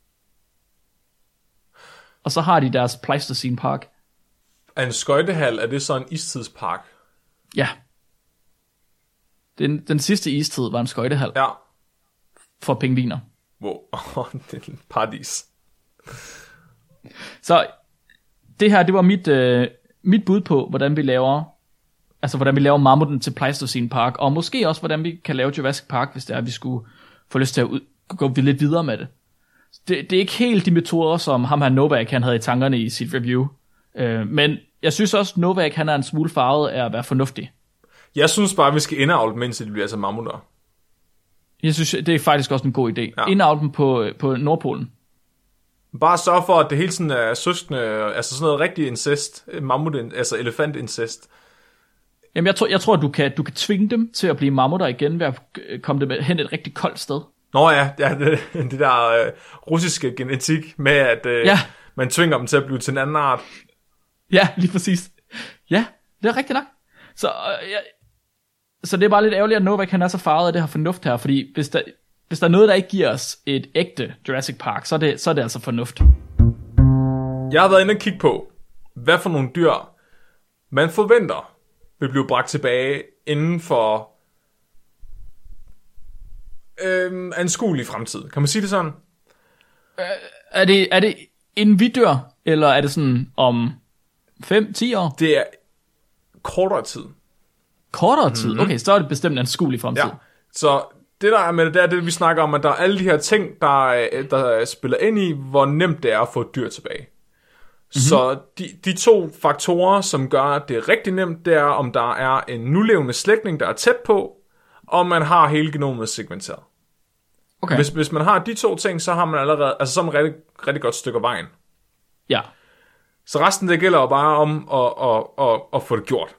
Og så har de deres Pleistocene Park. Er en skøjtehal, er det så en istidspark? Ja. Den, den sidste istid var en skøjtehal. Ja. For pingviner. Wow, det er en paradis. Så det her, det var mit, øh, mit bud på, hvordan vi laver, altså hvordan vi laver mammuten til Pleistocene Park, og måske også, hvordan vi kan lave Jurassic Park, hvis det er, at vi skulle få lyst til at ud, gå lidt videre med det. det. Det er ikke helt de metoder, som ham her Novak, han havde i tankerne i sit review. Øh, men jeg synes også, at Novak, han er en smule farvet af at være fornuftig. Jeg synes bare, at vi skal indavle dem, indtil de bliver altså mammutter. Jeg synes, det er faktisk også en god idé. Ja. Indavle dem på, på Nordpolen. Bare sørg for, at det hele sådan er søskende, altså sådan noget rigtig incest, mammut, altså elefantincest. Jamen, jeg tror, jeg tror du, kan, du kan tvinge dem til at blive mammutter igen, ved at komme dem hen et rigtig koldt sted. Nå ja, ja det, det der øh, russiske genetik med, at øh, ja. man tvinger dem til at blive til en anden art. Ja, lige præcis. Ja, det er rigtigt nok. Så, øh, ja, så det er bare lidt ærgerligt, at Novak han er så farvet af det her fornuft her, fordi hvis der, hvis der er noget, der ikke giver os et ægte Jurassic Park, så er det, så er det altså fornuft. Jeg har været inde og kigge på, hvad for nogle dyr man forventer vil blive bragt tilbage inden for øhm, anskuelig fremtid. Kan man sige det sådan? Øh, er det, er det inden vi dør, eller er det sådan om fem til ti år? Det er kortere tid. Kortere tid? Mm-hmm. Okay, så er det bestemt anskuelig fremtid. Ja, så det der er med det, det er det, vi snakker om, at der er alle de her ting, der, der spiller ind i, hvor nemt det er at få et dyr tilbage. Mm-hmm. Så de, de to faktorer, som gør, at det er rigtig nemt, det er, om der er en nulevende slægtning, der er tæt på, og man har hele genomet segmenteret. Okay. Hvis, hvis man har de to ting, så har man allerede, altså så er man rigtig, rigtig godt stykke af vejen. Ja. Så resten, det gælder jo bare om at, at, at, at få det gjort.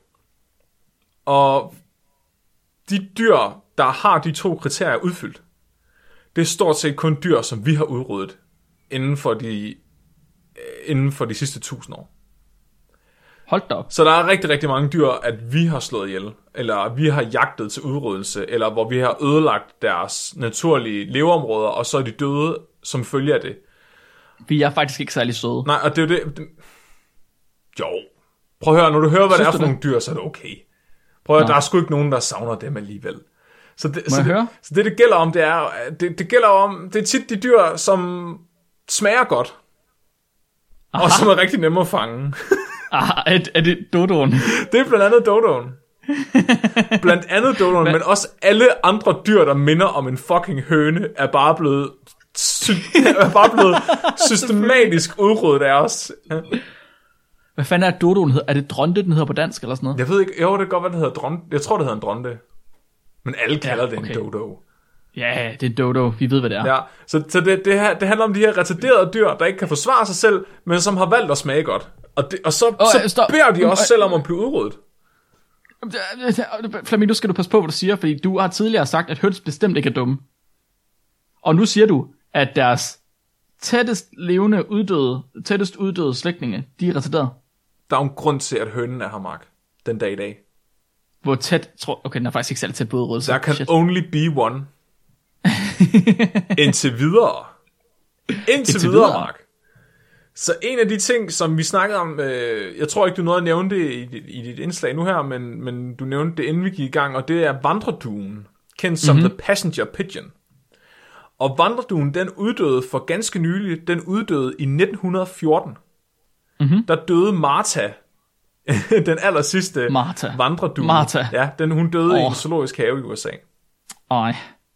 Og de dyr, der har de to kriterier udfyldt, det er stort set kun dyr, som vi har udryddet inden for de, inden for de sidste tusind år. Hold da op. Så der er rigtig, rigtig mange dyr, at vi har slået ihjel, eller vi har jagtet til udryddelse, eller hvor vi har ødelagt deres naturlige leveområder, og så er de døde som følge af det. Vi er faktisk ikke særlig søde. Nej, og det er jo det... det... Jo. Prøv at høre, når du hører, hvad Synes det er for det? nogle dyr, så er det okay. Prøv at høre, der er sgu ikke nogen, der savner dem alligevel. Så det, så det, så det, det gælder om, det er... Det, det gælder om... Det er tit de dyr, som smager godt. Aha. Og som er rigtig nemme at fange. Ah, er, er det dodoen? Det er blandt andet dodoen. Blandt andet dodoen, men... men også alle andre dyr, der minder om en fucking høne, er bare blevet, sy- er bare blevet systematisk udryddet af os. Ja. Hvad fanden er dodoen hedder? Er det dronte, den hedder på dansk eller sådan noget? Jeg ved ikke, jo, det kan godt være, det hedder dronte. Jeg tror, det hedder en dronte. Men alle kalder ja, okay. det en dodo. Ja, det er dodo. Vi ved, hvad det er. Ja, så, så det, det, her, det handler om de her retarderede dyr, der ikke kan forsvare sig selv, men som har valgt at smage godt. Og, det, og så, oh, så beder de også selv om at blive udryddet. Flemming, nu skal du passe på, hvad du siger, fordi du har tidligere sagt, at høns bestemt ikke er dumme. Og nu siger du, at deres tættest levende uddøde, tættest uddøde slægtninge, de er retarderede. Der er jo en grund til, at hønen er her, Mark, den dag i dag. Hvor tæt, tror okay, den er faktisk ikke særlig tæt på udryddelse. Der kan Shit. only be one. Indtil videre. Indtil, Indtil videre, videre, Mark. Så en af de ting, som vi snakkede om, øh, jeg tror ikke, du nåede at nævne det i, i dit indslag nu her, men, men du nævnte det, inden vi gik i gang, og det er vandreduen, kendt som mm-hmm. The Passenger Pigeon. Og vandreduen, den uddøde for ganske nylig, den uddøde i nitten fjorten. Mm-hmm. Der døde Martha, den aller sidste Martha. vandredue. Martha. Ja, den, hun døde oh. i en zoologisk have i U S A. Ej.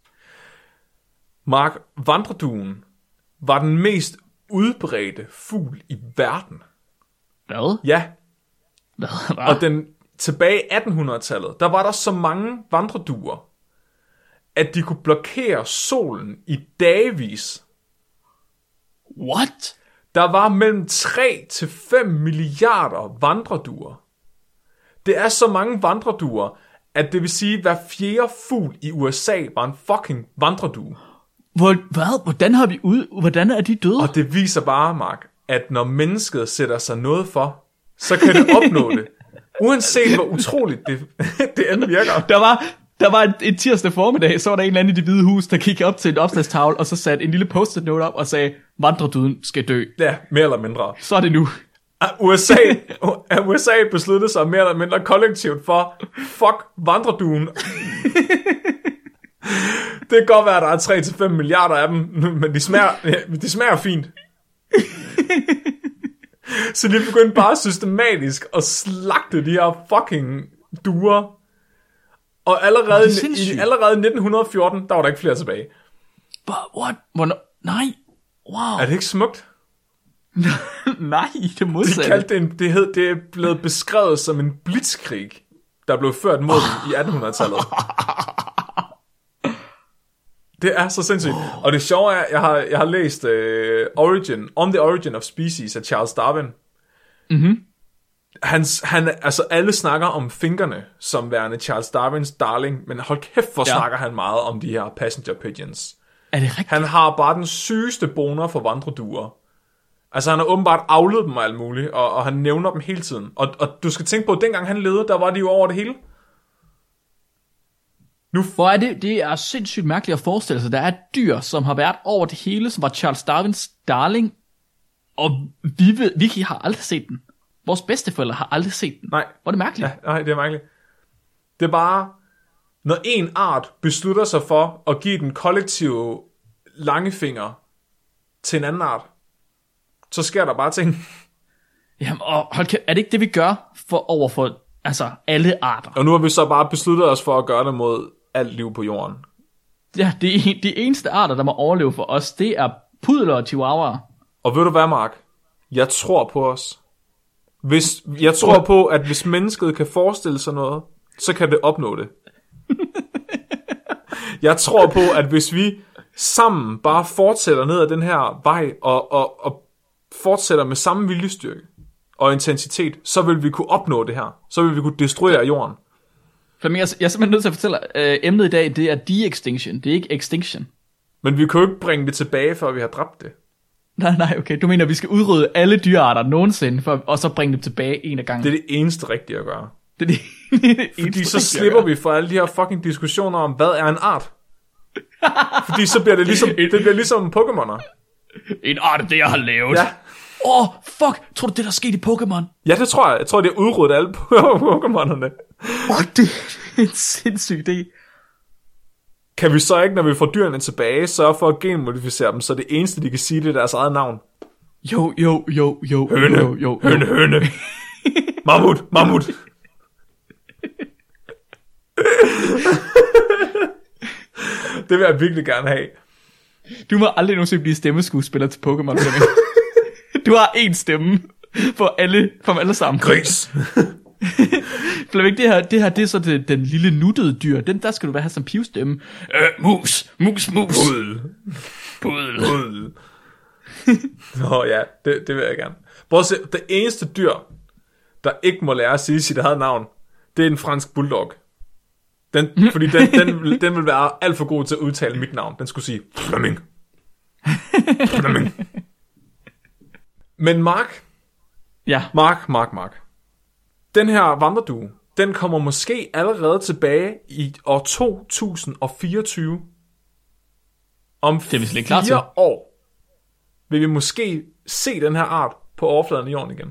Mark, vandreduen var den mest udbredte fugl i verden. Hvad? Ja. Hvad? Hvad? Og den, tilbage i attenhundredetallet, der var der så mange vandreduer, at de kunne blokere solen i dagevis. What? Der var mellem tre til fem milliarder vandreduer. Det er så mange vandreduer, at det vil sige, at hver fjerde fugl i U S A var en fucking vandredue. Hvor, hvad? Hvordan har vi ud? Hvordan er de døde? Og det viser bare, Mark, at når mennesket sætter sig noget for, så kan det opnå det. Uanset hvor utroligt det, det end virker. Der var, der var et, et tirsdag formiddag, så var der en eller anden i Det Hvide Hus, der kiggede op til en opslagstavle, og så satte en lille post-it note op og sagde, vandreduden skal dø. Ja, mere eller mindre. Så er det nu. U S A, U S A besluttede sig mere eller mindre kollektivt for, fuck vandreduen. Det kan godt være, at der er tre til fem milliarder af dem, men de smager, de smager fint. Så de begyndte bare systematisk at slagte de her fucking duer. Og allerede, i, allerede i nitten fjorten, der var der ikke flere tilbage. But what? Hvornår? Nej. Wow. Er det ikke smukt? Nej, det modsatte. De kaldte det, en, det, hed, det er blevet beskrevet som en blitzkrig, der blev ført mod dem i attenhundredetallet. Det er så sindssygt. Oh. Og det sjove er, jeg har, jeg har læst uh, Origin, On the Origin of Species af Charles Darwin. Mhm. Hans, han, altså alle snakker om finkerne som værende Charles Darwins darling, men hold kæft, hvor ja. snakker han meget om de her passenger pigeons. Er det rigtigt? Han har bare den sygeste boner for vandreduer. Altså han har åbenbart avlet dem og alt muligt, og, og han nævner dem hele tiden. Og, og du skal tænke på, at dengang han levede, der var de jo over det hele. Nu Hvor er det, det er sindssygt mærkeligt at forestille sig. Der er et dyr, som har været over det hele, som var Charles Darwins darling, og vi, ved, vi har aldrig set den. Vores bedsteforældre har aldrig set den. Nej. Hvor er det mærkeligt? Ja, nej, det er mærkeligt. Det er bare, når en art beslutter sig for at give den kollektive langefinger til en anden art, så sker der bare ting. Jamen, og hold kæft, er det ikke det, vi gør for over for altså, alle arter? Og nu har vi så bare besluttet os for at gøre det mod alt liv på jorden. Ja, det er de eneste arter, der må overleve for os, det er pudler og chihuahuaer. Og ved du hvad, Mark? Jeg tror på os. Hvis, jeg tror på, at hvis mennesket kan forestille sig noget, så kan det opnå det. Jeg tror på, at hvis vi sammen bare fortsætter ned ad den her vej, og, og, og fortsætter med samme viljestyrke og intensitet, så vil vi kunne opnå det her. Så vil vi kunne destruere jorden. Flemming, jeg, jeg er simpelthen nødt til at fortælle, at øh, emnet i dag, det er de-extinction, det er ikke extinction. Men vi kan jo ikke bringe det tilbage, før vi har dræbt det. Nej, nej, okay. Du mener, at vi skal udrydde alle dyrearter nogensinde, for, og så bringe dem tilbage en af gangen. Det er det eneste rigtige at gøre. Det er det, det, er det Fordi så slipper vi for alle de her fucking diskussioner om, hvad er en art? Fordi så bliver det ligesom, det bliver ligesom Pokémoner. En art af det, jeg har lavet. Ja. Åh, oh, fuck. Tror du, det der skete i Pokémon? Ja, det tror jeg. Jeg tror, det er udryddet alle Pokémonerne. Åh, oh, det er en sindssyg idé. Kan vi så ikke, når vi får dyrene tilbage, sørge for at genmodificere dem, så det eneste, de kan sige, det er deres eget navn? Jo, jo, jo, jo. Høne, jo, jo, jo. høne, høne. Mammut, mammut. Det vil jeg virkelig gerne have. Du må aldrig nogensinde blive stemmeskuespiller til Pokémon. Du har én stemme for alle, for alle sammen. Gris. Flemming, det her, det her, det er så det, den lille nuttede dyr. Den der skal du være have som pivstemme. Øh, mus, mus, mus. Pudel. Pudel. Pudel. Nå ja, det, det vil jeg gerne. Prøv at se, det eneste dyr, der ikke må lære at sige sit eget navn, det er en fransk bulldog. Den, fordi den, den, den vil være alt for god til at udtale mit navn. Den skulle sige Flemming. Flemming. Men Mark, ja. Mark, Mark, Mark. Den her vandredue, den kommer måske allerede tilbage i år to tusind og fireogtyve. Om det er vi slet ikke klar til. fire år vil vi måske se den her art på overfladen i jorden igen.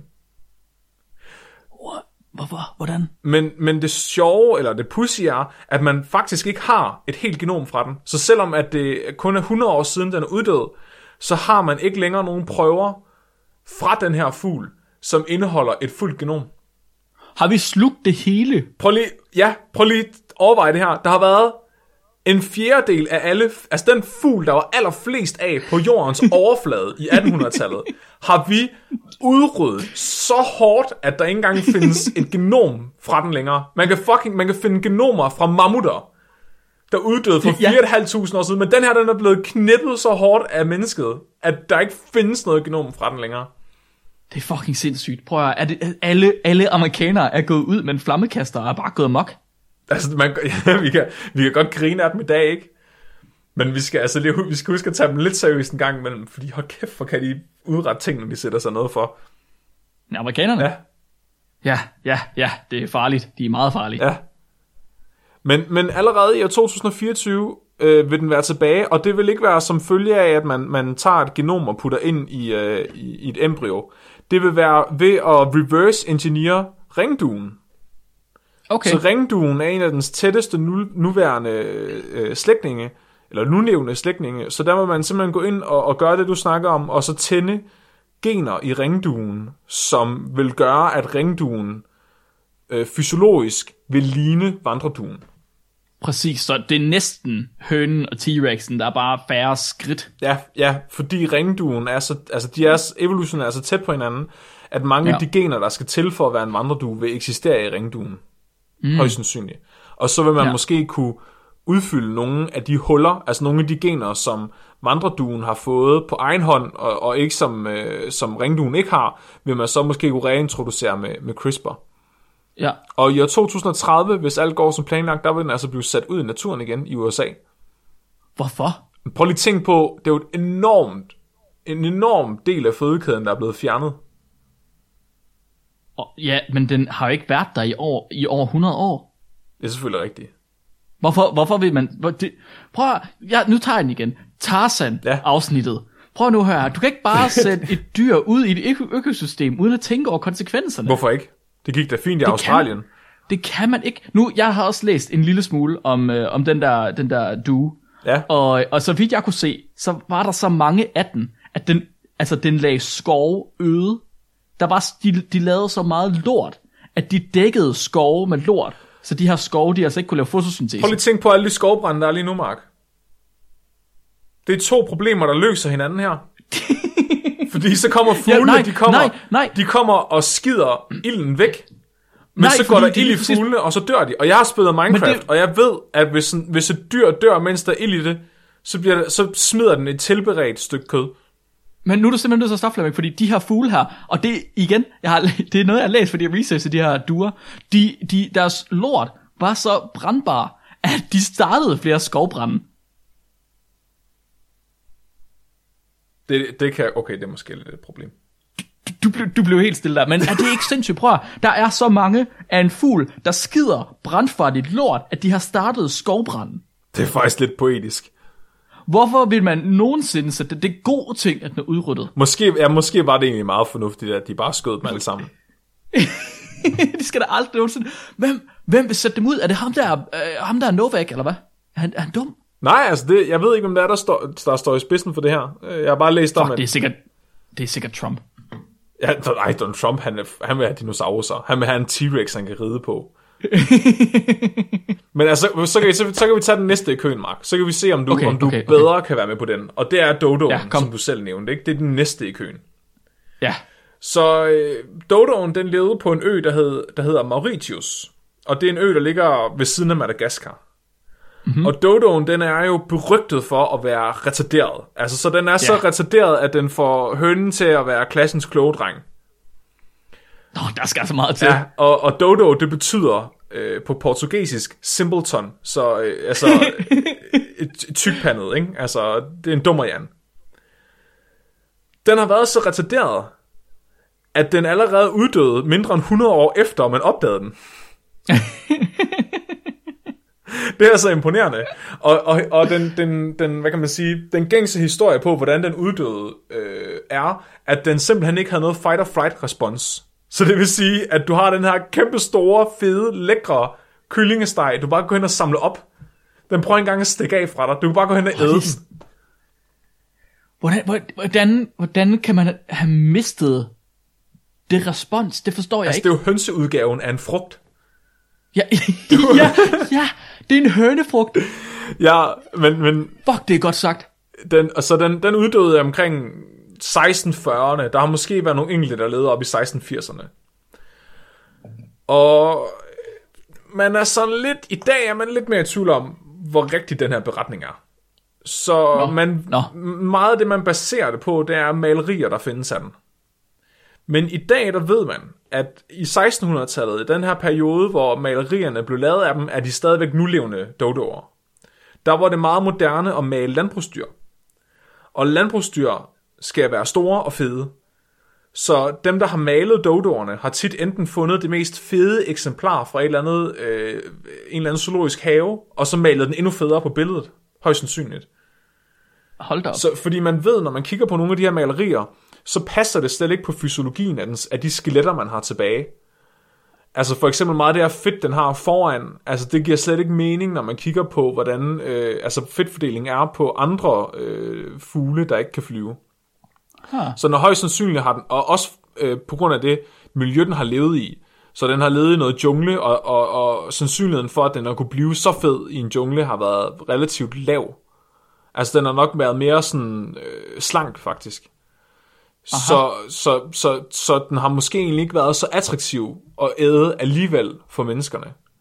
Hvorfor? Hvordan? Men, men det sjove, eller det pudsige er, at man faktisk ikke har et helt genom fra den. Så selvom at det kun er hundrede år siden, den er uddød, så har man ikke længere nogen prøver fra den her fugl, som indeholder et fuldt genom. Har vi slugt det hele? Prøv lige, ja, prøv lige at overveje det her. Der har været en fjerdedel af alle, altså den fugl, der var allerflest af på jordens overflade i attenhundredetallet, har vi udryddet så hårdt, at der ikke engang findes et genom fra den længere. Man kan fucking, man kan finde genomer fra mammutter, der uddøde for fire tusind fem hundrede år siden, men den her, den er blevet knippet så hårdt af mennesket, at der ikke findes noget genom fra den længere. Det er fucking sindssygt. Prøv at, er det, alle, alle amerikanere er gået ud med en flammekaster og er bare gået mok. Altså, man, ja, vi, kan, vi kan godt grine af dem i dag, ikke? Men vi skal, altså, lige, vi skal huske at tage dem lidt seriøst en gang imellem, fordi hold kæft, hvor kan de udrette ting, når de sætter sig noget for. Ja, amerikanerne? Ja. Ja, ja, ja, det er farligt. De er meget farlige. Ja. Men, men allerede i år to tusind og fireogtyve øh, vil den være tilbage, og det vil ikke være som følge af, at man, man tager et genom og putter ind i, øh, i, i et embryo. Det vil være ved at reverse engineer ringduen. Okay. Så ringduen er en af dens tætteste nu, nuværende øh, slægtninge, eller nulevende slægtninge, så der må man simpelthen gå ind og, og gøre det, du snakker om, og så tænde gener i ringduen, som vil gøre, at ringduen øh, fysiologisk vil ligne vandreduen. Præcis, så det er næsten hønen og T-Rexen, der er bare færre skridt. Ja, ja, fordi ringduen er så, altså de er evolutionen er så tæt på hinanden, at mange ja. af de gener, der skal til for at være en vandredue, vil eksistere i ringduen. Mm. Højst sandsynligt. Og så vil man ja. måske kunne, udfylde nogle af de huller, altså nogle af de gener, som vandreduen har fået på egen hånd, og, og ikke som, øh, som ringduen ikke har, vil man så måske kunne reintroducere med, med CRISPR. Ja. Og i år to tusind og tredive, hvis alt går som planlagt, der vil den altså blive sat ud i naturen igen i U S A. Hvorfor? Prøv lige at tænke på, det er jo et enormt, en enorm del af fødekæden, der er blevet fjernet. Oh, ja, men den har jo ikke været der i, år, i over hundrede år. Det er selvfølgelig rigtigt. Hvorfor, hvorfor vil man... Hvor, det, prøv at, ja, nu tager jeg den igen. Tarzan-afsnittet. Ja. Prøv nu at høre. Du kan ikke bare sætte et dyr ud i et ø- økosystem, uden at tænke over konsekvenserne. Hvorfor ikke? Det gik da fint i det Australien. Kan, det kan man ikke. Nu, jeg har også læst en lille smule om, øh, om den der, den der due. Ja. Og, og så vidt jeg kunne se, så var der så mange af den, at den, altså, den lagde skove øde. Der var, de, de lavede så meget lort, at de dækkede skove med lort. Så de her skove, de altså ikke kunne lave fotosyntese. Prøv lige at tænke på alle de skovbrænde, der er lige nu, Mark. Det er to problemer, der løser hinanden her. Fordi så kommer fuglene, ja, nej, de, kommer, nej, nej. de kommer og skider ilden væk. Men nej, så går der de, ild i fuglene, og så dør de. Og jeg har spillet Minecraft, det... og jeg ved, at hvis, en, hvis et dyr dør, mens der er ild i det, så, bliver det, så smider den et tilberedt stykke kød. Men nu er du simpelthen nødt til at stoppe, Flemming, fordi de her fugle her, og det igen, jeg har, det er noget, jeg har læst, fordi jeg researchede de her duer, de, de, deres lort var så brandbar, at de startede flere skovbrænde. Det, det kan, okay, det er måske lidt et problem. Du, du, du blev helt stille der, men er det ikke sindssygt? Prøv, der er så mange af en fugl, der skider brandfarligt lort, at de har startet skovbranden. Det er faktisk lidt poetisk. Hvorfor vil man nogensinde sætte det? Det er gode ting, at den er udryddet. Måske, ja, måske var det egentlig meget fornuftigt, at de bare skød dem alle sammen. De skal da aldrig nogensinde... Hvem, hvem vil sætte dem ud? Er det ham der, øh, ham der er Novak, eller hvad? Er han, er han dum? Nej, altså, det, jeg ved ikke, om det er, der står, der står i spidsen for det her. Jeg har bare læst Fuck, om, at... det er sikkert, det er sikkert Trump. Ja, nej, Donald Trump, han, han vil have dinosaurer. Han vil have en T-Rex, han kan ride på. Men altså, så kan, vi, så, så kan vi tage den næste i køen, Mark. Så kan vi se, om du, okay, om du okay, bedre okay. kan være med på den. Og det er Dodoen, ja, som du selv nævnte, ikke? Det er den næste i køen. Ja. Så øh, Dodoen, den levede på en ø, der, hed, der hedder Mauritius. Og det er en ø, der ligger ved siden af Madagaskar. Mm-hmm. Og Dodoen, den er jo berygtet for at være retarderet. Altså, så den er ja. så retarderet, at den får hønen til at være klassens kloge dreng. Nå, der skal altså meget til. Ja, og, og Dodo, det betyder øh, på portugisisk simpleton. Så øh, altså et, et tykpandet, ikke? Altså, det er en dummerjan. Den har været så retarderet, at den allerede uddøde mindre end hundrede år efter, man opdagede den. Det er altså imponerende. Og, og, og den, den, den, hvad kan man sige, den gængse historie på, hvordan den uddøde, øh, er, at den simpelthen ikke havde noget fight-or-flight-respons. Så det vil sige, at du har den her kæmpe store, fede, lækre kyllingesteg, du bare går hen og samle op. Den prøver engang at stikke af fra dig. Du kan bare gå hen og æde den. Hvordan, hvordan, hvordan kan man have mistet det respons? Det forstår jeg altså, ikke. Altså, det er jo hønseudgaven af en frugt. Ja, ja, ja, det er en hønefrugt. Ja, men... men fuck, det er godt sagt. Den, altså, den, den uddøde omkring seksten fyrrerne. Der har måske været nogle enkelte, der levede op i seksten firserne. Og man er sådan lidt... I dag er man lidt mere i tvivl om, hvor rigtig den her beretning er. Så Nå. Man, Nå. meget af det, man baserer det på, det er malerier, der findes af den. Men i dag, der ved man, at i sekstenhundredetallet, i den her periode, hvor malerierne blev lavet af dem, er de stadigvæk nulevende dodoer. Der var det meget moderne at male landbrugsdyr. Og landbrugsdyr skal være store og fede. Så dem, der har malet dodoerne, har tit enten fundet det mest fede eksemplar fra et eller andet, øh, en eller anden zoologisk have, og så malet den endnu federe på billedet. Højst sandsynligt. Hold da op. Så, fordi man ved, når man kigger på nogle af de her malerier, så passer det slet ikke på fysiologien af, den, af de skeletter, man har tilbage. Altså for eksempel meget af det her fedt, den har foran, altså det giver slet ikke mening, når man kigger på, hvordan øh, altså fedtfordelingen er på andre øh, fugle, der ikke kan flyve. Huh. Så når højst sandsynligt har den, og også øh, på grund af det miljø, den har levet i, så den har levet i noget jungle, og, og, og sandsynligheden for, at den har kunne blive så fed i en jungle, har været relativt lav. Altså den har nok været mere sådan øh, slank faktisk. Så, så, så, så den har måske egentlig ikke været så attraktiv at æde alligevel for menneskerne.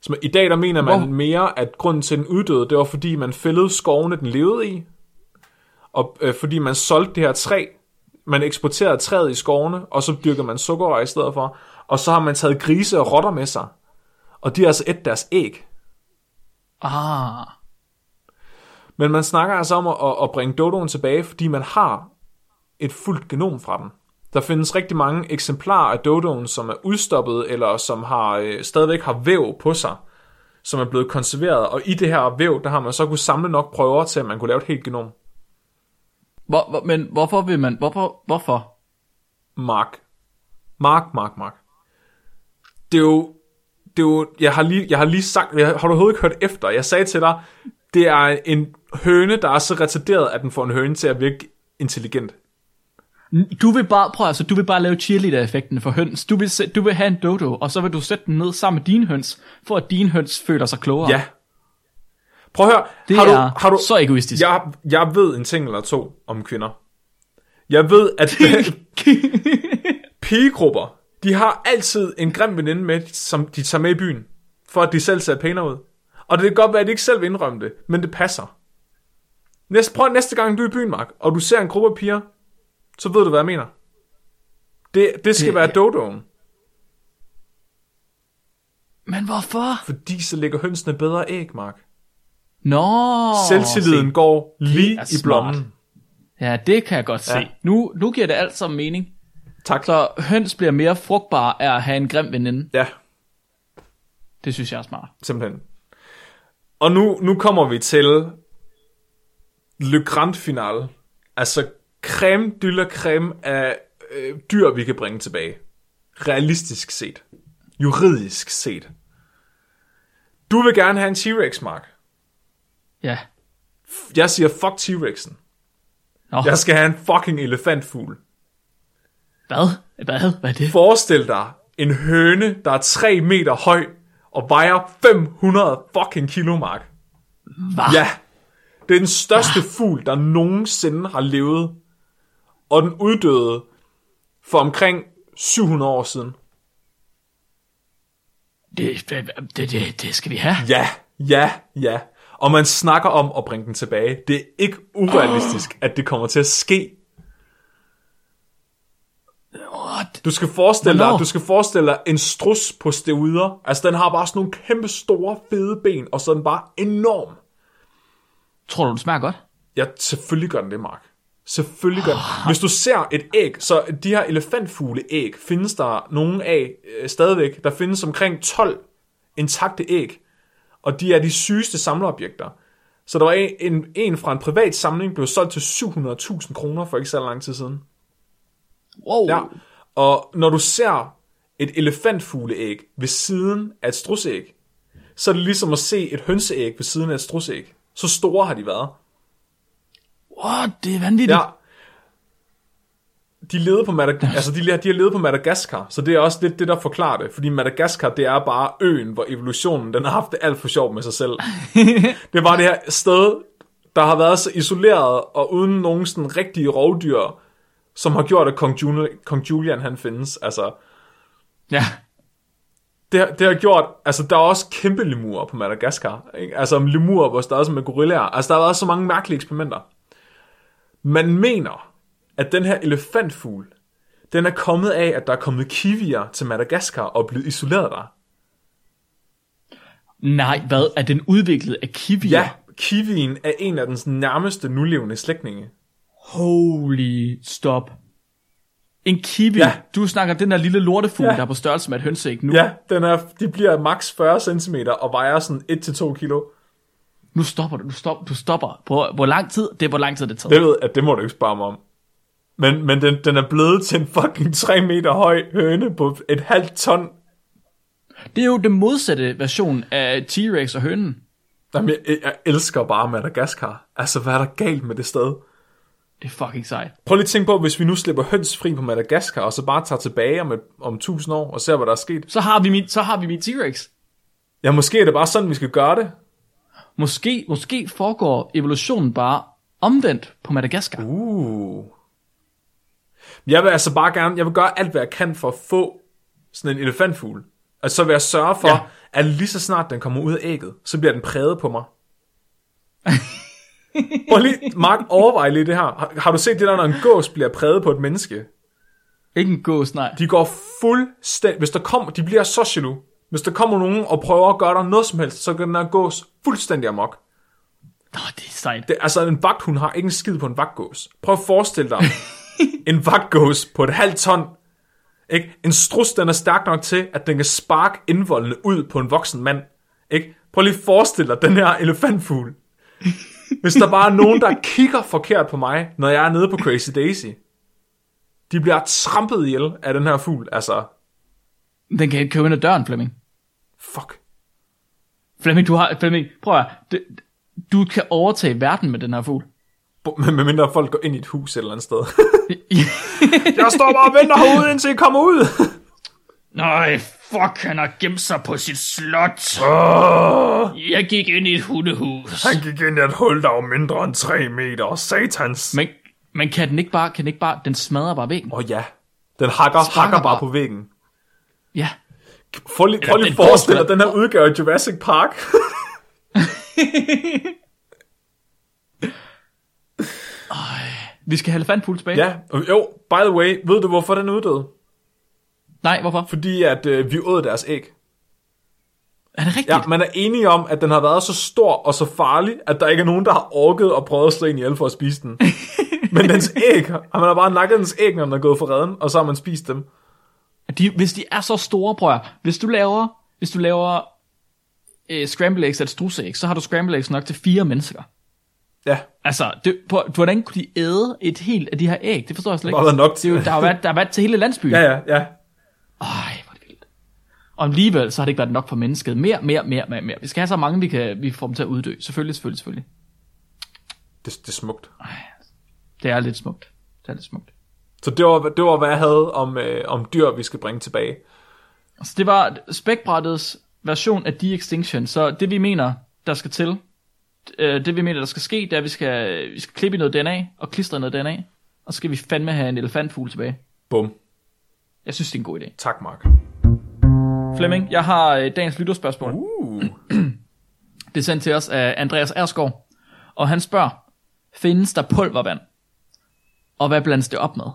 Så i dag der mener man Hvor? mere, at grunden til den uddøde, det var fordi man fældede skovene, den levede i, og øh, fordi man solgte det her træ, man eksporterede træet i skovene, og så dyrkede man sukkerrør i stedet for, og så har man taget grise og rotter med sig, og de har altså ædt deres æg. Ah. Men man snakker altså om at, at bringe dodoen tilbage, fordi man har et fuldt genom fra den. Der findes rigtig mange eksemplarer af dodoen, som er udstoppet, eller som har øh, stadigvæk har væv på sig, som er blevet konserveret. Og i det her væv, der har man så kunne samle nok prøver til, at man kunne lave et helt genom. Hvor, hvor, men hvorfor vil man... Hvorfor? Hvorfor? Mark. Mark, Mark, Mark. Det er jo... Det er jo jeg, har lige, jeg har lige sagt... Jeg, har du overhovedet ikke hørt efter? Jeg sagde til dig, det er en høne, der er så retarderet, at den får en høne til at virke intelligent. Du vil bare, prøv altså, du vil bare lave cheerleader-effekten for høns. Du vil, se, du vil have en dodo, og så vil du sætte den ned sammen med dine høns, for at dine høns føler sig klogere. Ja. Prøv at høre. Det har er du, har du, så egoistisk. Jeg, jeg ved en ting eller to om kvinder. Jeg ved, at pigegrupper, de har altid en grim veninde med, som de tager med i byen, for at de selv ser pænere ud. Og det kan godt være, at de ikke selv vil indrømme det, men det passer. Næste, prøv næste gang, du er i byen, Mark, og du ser en gruppe af piger, så ved du, hvad jeg mener. Det, det skal det, være dodoen. Men hvorfor? Fordi så ligger hønsene bedre æg, Mark. Nå. Selvtilliden se, går lige i smart. blommen. Ja, det kan jeg godt Ja. se. Nu, nu giver det alt sammen mening. Tak. Så høns bliver mere frugtbare af at have en grim veninde. Ja, Det synes jeg er smart. simpelthen. Og nu, nu kommer vi til Le Grand Finale. Altså creme de la creme af øh, dyr, vi kan bringe tilbage. Realistisk set. Juridisk set. Du vil gerne have en T-Rex, Mark. Ja. Jeg siger fuck T-Rexen. Nå, Jeg skal have en fucking elefantfugl. hvad? Hvad? Hvad er det? Forestil dig en høne, der er tre meter høj og vejer fem hundrede fucking kilo, Mark. Hvad? Ja. Det er den største fugl, der nogensinde har levet. Og den uddøde for omkring syv hundrede år siden. Det, det, det, det skal vi have. Ja, ja, ja. Og man snakker om at bringe den tilbage. Det er ikke urealistisk, oh. at det kommer til at ske. What? Du skal forestille Hvornår? dig, du skal forestille dig en strus på steroider. Altså, den har bare sådan nogle kæmpe store, fede ben, og så er den bare enorm. Tror du, den smager godt? Ja, selvfølgelig gør den det, Mark. Selvfølgelig gør den. Hvis du ser et æg, så de her elefantfugleæg, findes der nogle af øh, stadigvæk. Der findes omkring tolv intakte æg, og de er de sygeste samlerobjekter. Så der var en, en, en fra en privat samling, blev solgt til syv hundrede tusind kroner for ikke så lang tid siden. Wow. Ja. Og når du ser et elefantfugleæg ved siden af et strusæg, så er det ligesom at se et hønseæg ved siden af et strusæg. Så store har de været. What? Det er vanvittigt. Ja. De levede på Madag- altså de, de har levet på Madagaskar, så det er også lidt det, der forklarer det. Fordi Madagaskar, det er bare øen, hvor evolutionen, den har haft det alt for sjovt med sig selv. Det er bare det her sted, der har været så isoleret, og uden nogen sådan rigtige rovdyr, som har gjort, at Kong Julian, Kong Julian han findes. Altså, Ja. det, det har gjort, altså der er også kæmpe lemurer på Madagaskar. Ikke? Altså lemurer, hvor der er også med gorillaer. Altså der har været så mange mærkelige eksperimenter. Man mener, at den her elefantfugl, den er kommet af, at der er kommet kiwier til Madagaskar og blevet isoleret der. Nej, hvad? Er den udviklet af kiwier? Ja, kiwien er en af dens nærmeste nulevende slægtninge. Holy stop. En kiwi? Ja. Du snakker den der lille lortefugl, Ja. der er på størrelse med et hønseæg nu. Ja, den er, de bliver maks fyrre centimeter og vejer sådan et til to kilo. Nu stopper du, du stopper, du stopper. Hvor, hvor lang tid? Det er hvor lang tid det tager. Det ved at det må du ikke spørge mig om. Men, men den, den er blevet til en fucking tre meter høj høne på et halvt ton. Det er jo den modsatte version af T-Rex og hønen. Jamen, jeg, jeg elsker bare Madagaskar. Altså, hvad er der galt med det sted? Det er fucking sejt. Prøv lige at tænke på, hvis vi nu slipper høns fri på Madagaskar, og så bare tager tilbage om, et, om tusind år, og ser, hvad der er sket. Så har vi min, så har vi min T-Rex. Ja, måske er det bare sådan, vi skal gøre det. Måske, måske foregår evolutionen bare omvendt på Madagaskar. Uh. Jeg vil altså bare gerne, jeg vil gøre alt, hvad jeg kan for at få sådan en elefantfugl. Og så vil jeg sørge for, Ja. at lige så snart den kommer ud af ægget, så bliver den præget på mig. Prøv lige, Mark, overvej lige det her. Har, har du set det der, når en gås bliver præget på et menneske? Ikke en gås, nej. De går fuldstændig... Hvis der kommer... De bliver så jaloux. Hvis der kommer nogen og prøver at gøre dig noget som helst, så kan den her gås fuldstændig amok. Nå, det er sejt. Det, altså, en vagthund har ikke en skid på en vagtgås. Prøv at forestille dig en vagtgås på et halvt ton. Ikke? En strus, den er stærk nok til, at den kan sparke indvoldene ud på en voksen mand. Ikke? Prøv lige at forestille dig den her elefantfugl. Hvis der bare er nogen, der kigger forkert på mig, når jeg er nede på Crazy Daisy. De bliver trampet ihjel af den her fugl. Altså, Den kan købe ind ad døren, Flemming. fuck. Flemming, du har... Flemming, prøv at... Du, du kan overtage verden med den her fugl. Men med mindre folk går ind i et hus et eller andet sted. Jeg står bare og venter herude, indtil I kommer ud. Nej, fuck, han har gemt sig på sit slot. Oh, Jeg gik ind i et hundehus. han gik ind i et hul, der var mindre end tre meter. Og satans. Men, men kan den ikke bare... Kan den ikke bare... Den smadrer bare væggen. Åh oh, ja. Den hakker, hakker bare, bare. på væggen. Ja. Prøv lige, prøv lige den at forestille dig forestiller- den her udgave af Jurassic Park. Vi skal have elefantfugl tilbage. Ja, og jo, by the way, ved du hvorfor den uddøde? Nej, hvorfor? Fordi at øh, vi åd deres æg. Er det rigtigt? Ja, man er enige om, at den har været så stor og så farlig, at der ikke er nogen, der har orket og prøvet at slå en ihjel for at spise den. Men dens æg, man har bare nakket dens æg, når den er gået for redden, og så har man spist dem. De, hvis de er så store, prøv at, hvis du laver, hvis du laver øh, scramble eggs af et strusæg, så har du scramble eggs nok til fire mennesker. Ja, Altså, det, på, hvordan kunne de æde et helt af de her æg? Det forstår jeg slet det ikke. har været nok til. Det er jo, der har været, der har været til hele landsbyen. Ja, ja, ja. Ej, hvor er det vildt. Og alligevel, så har det ikke været nok for mennesket. Mere, mere, mere, mere, mere. Vi skal have så mange, vi kan vi får dem til at uddø. Selvfølgelig, selvfølgelig, selvfølgelig. Det, det er smukt. Det er lidt smukt. Det er lidt smukt. Så det var, det var hvad jeg havde om, øh, om dyr, vi skal bringe tilbage. Så det var spækbrættets version af de-extinction. Så det vi mener, der skal til, øh, det vi mener, der skal ske, det er, at vi skal, vi skal klippe i noget D N A og klistre i noget D N A. Og så skal vi fandme have en elefantfugl tilbage. Bum. Jeg synes, det er en god idé. Tak, Mark. Flemming, jeg har øh, dagens lytterspørgsmål. Uh. Det er sendt til os af Andreas Ersgaard. Og han spørger, findes der pulvervand? Og hvad blandes det op med?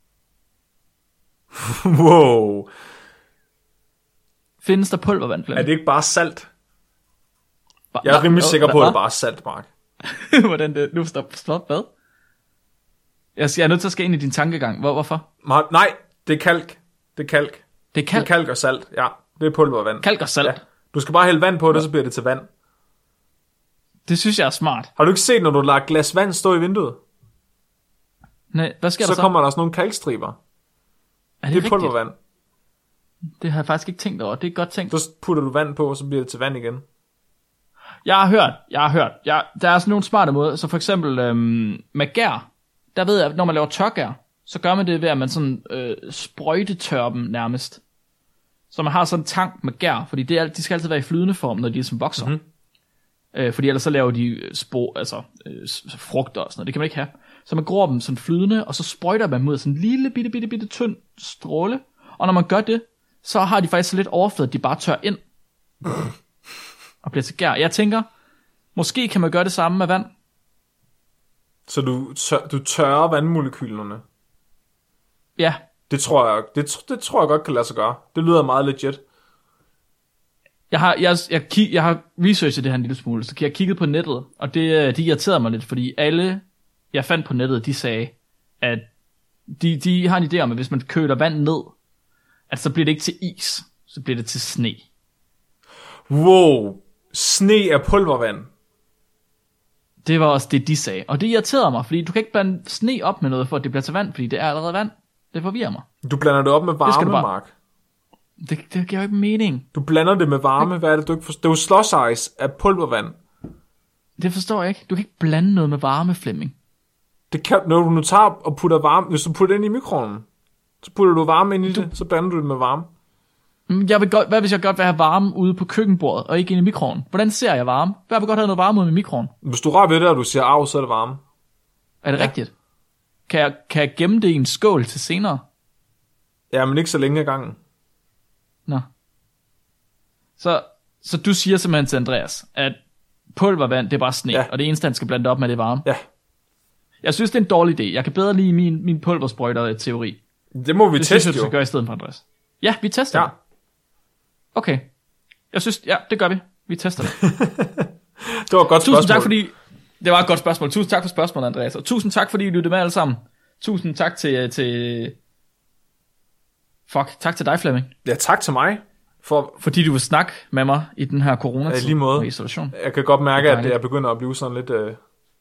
Wow. Findes der pulvervand, Er Flemming? det ikke bare salt? Ba- Jeg er rimelig Hva- sikker på, at det hvad? er bare salt, Mark. Hvordan det? Nu stop, stop, hvad? Jeg, skal, jeg er nødt til at skal ind i din tankegang. Hvor, hvorfor? Mark, nej, det er kalk. Det er kalk. Det er Det kalk, er kalk og salt, ja. Det er pulvervand. kalk og salt. Ja. Du skal bare hælde vand på det, så bliver det til vand. Det synes jeg er smart. Har du ikke set, når du lader et glas vand stå i vinduet? Nej, hvad sker Så der så? kommer der også nogle kalkstriber. er det, Det er rigtigt? pulvervand. Det har jeg faktisk ikke tænkt over. Det er godt tænkt. Så putter du vand på, og så bliver det til vand igen. Jeg har hørt, jeg har hørt. Jeg, der er sådan nogle smarte måder. Så for eksempel øhm, med gær, der ved jeg, at når man laver tørgær, så gør man det ved, at man sådan øh, sprøjtetør dem nærmest. Så man har sådan en tank med gær, fordi det er, de skal altid være i flydende form, når de som vokser. Mm-hmm. Øh, fordi ellers så laver de spor, altså øh, frugter og sådan noget. Det kan man ikke have. Så man gror dem sådan flydende, og så sprøjter man mod sådan en lille bitte, bitte, bitte tynd stråle. Og når man gør det, så har de faktisk så lidt overflade, at de bare tør ind. Og bliver til gær. Jeg tænker, måske kan man gøre det samme med vand. Så du, tør, du tørrer vandmolekylerne. Ja, Det tror jeg, det, det tror jeg godt kan lade sig gøre. Det lyder meget legit. jeg har, jeg, jeg, jeg, jeg har researchet det her en lille smule, så jeg har kigget på nettet, og det, det irriterede mig lidt, fordi alle, jeg fandt på nettet, de sagde, at de, de har en idé om, at hvis man køler vand ned, at så bliver det ikke til is, så bliver det til sne. Wow. Sne er pulvervand. Det var også det, de sagde. Og det irriterede mig, fordi du kan ikke blande sne op med noget, for at det bliver til vand, fordi det er allerede vand. Det forvirrer mig. Du blander det op med Det skal varme, du bare- Mark. Det, det giver jo ikke mening. Du blander det med varme. Hvad er det, du ikke forstår? Det er jo slush ice af pulvervand. Det forstår jeg ikke. Du kan ikke blande noget med varme, Flemming. Det kan, når du nu tager og putter varme, hvis du putter det ind i mikroovnen, så putter du varme ind i det, så blander du det med varme. Mm, Jeg vil godt, hvad hvis jeg godt vil have varme ude på køkkenbordet, og ikke inde i mikroovnen? Hvordan ser jeg varme? Jeg vil godt have noget varme ude i mikroovnen. Hvis du rører ved det, og du siger af, så er det varme. Er det Ja. ja. rigtigt? Kan jeg, kan jeg gemme det i en skål til senere? Ja, men ikke så længe ad gangen. Nå. Så, så du siger simpelthen til Andreas, at pulvervand, det er bare sne, Ja. og det eneste, han skal blande op med, det er varme. Ja, Jeg synes, det er en dårlig idé. Jeg kan bedre lide min, min pulversprøjter-teori. det må vi Det teste synes jeg, du jo. skal gøre i stedet for, Andreas. Ja, vi tester Ja. det. Okay. Jeg synes, ja, det gør vi. Vi tester det. Det var et godt Tusind spørgsmål. tak, fordi... Det var et godt spørgsmål. Tusind tak for spørgsmålet, Andreas. Og tusind tak, fordi I lyttede med alle sammen. Tusind tak til... til... Fuck, tak til dig, Flemming. Ja, tak til mig. For Fordi du vil snakke med mig i den her coronatid. Ja, i lige måde. Og isolation. jeg kan godt mærke, Det er at dejligt. jeg begynder at blive sådan lidt... Øh,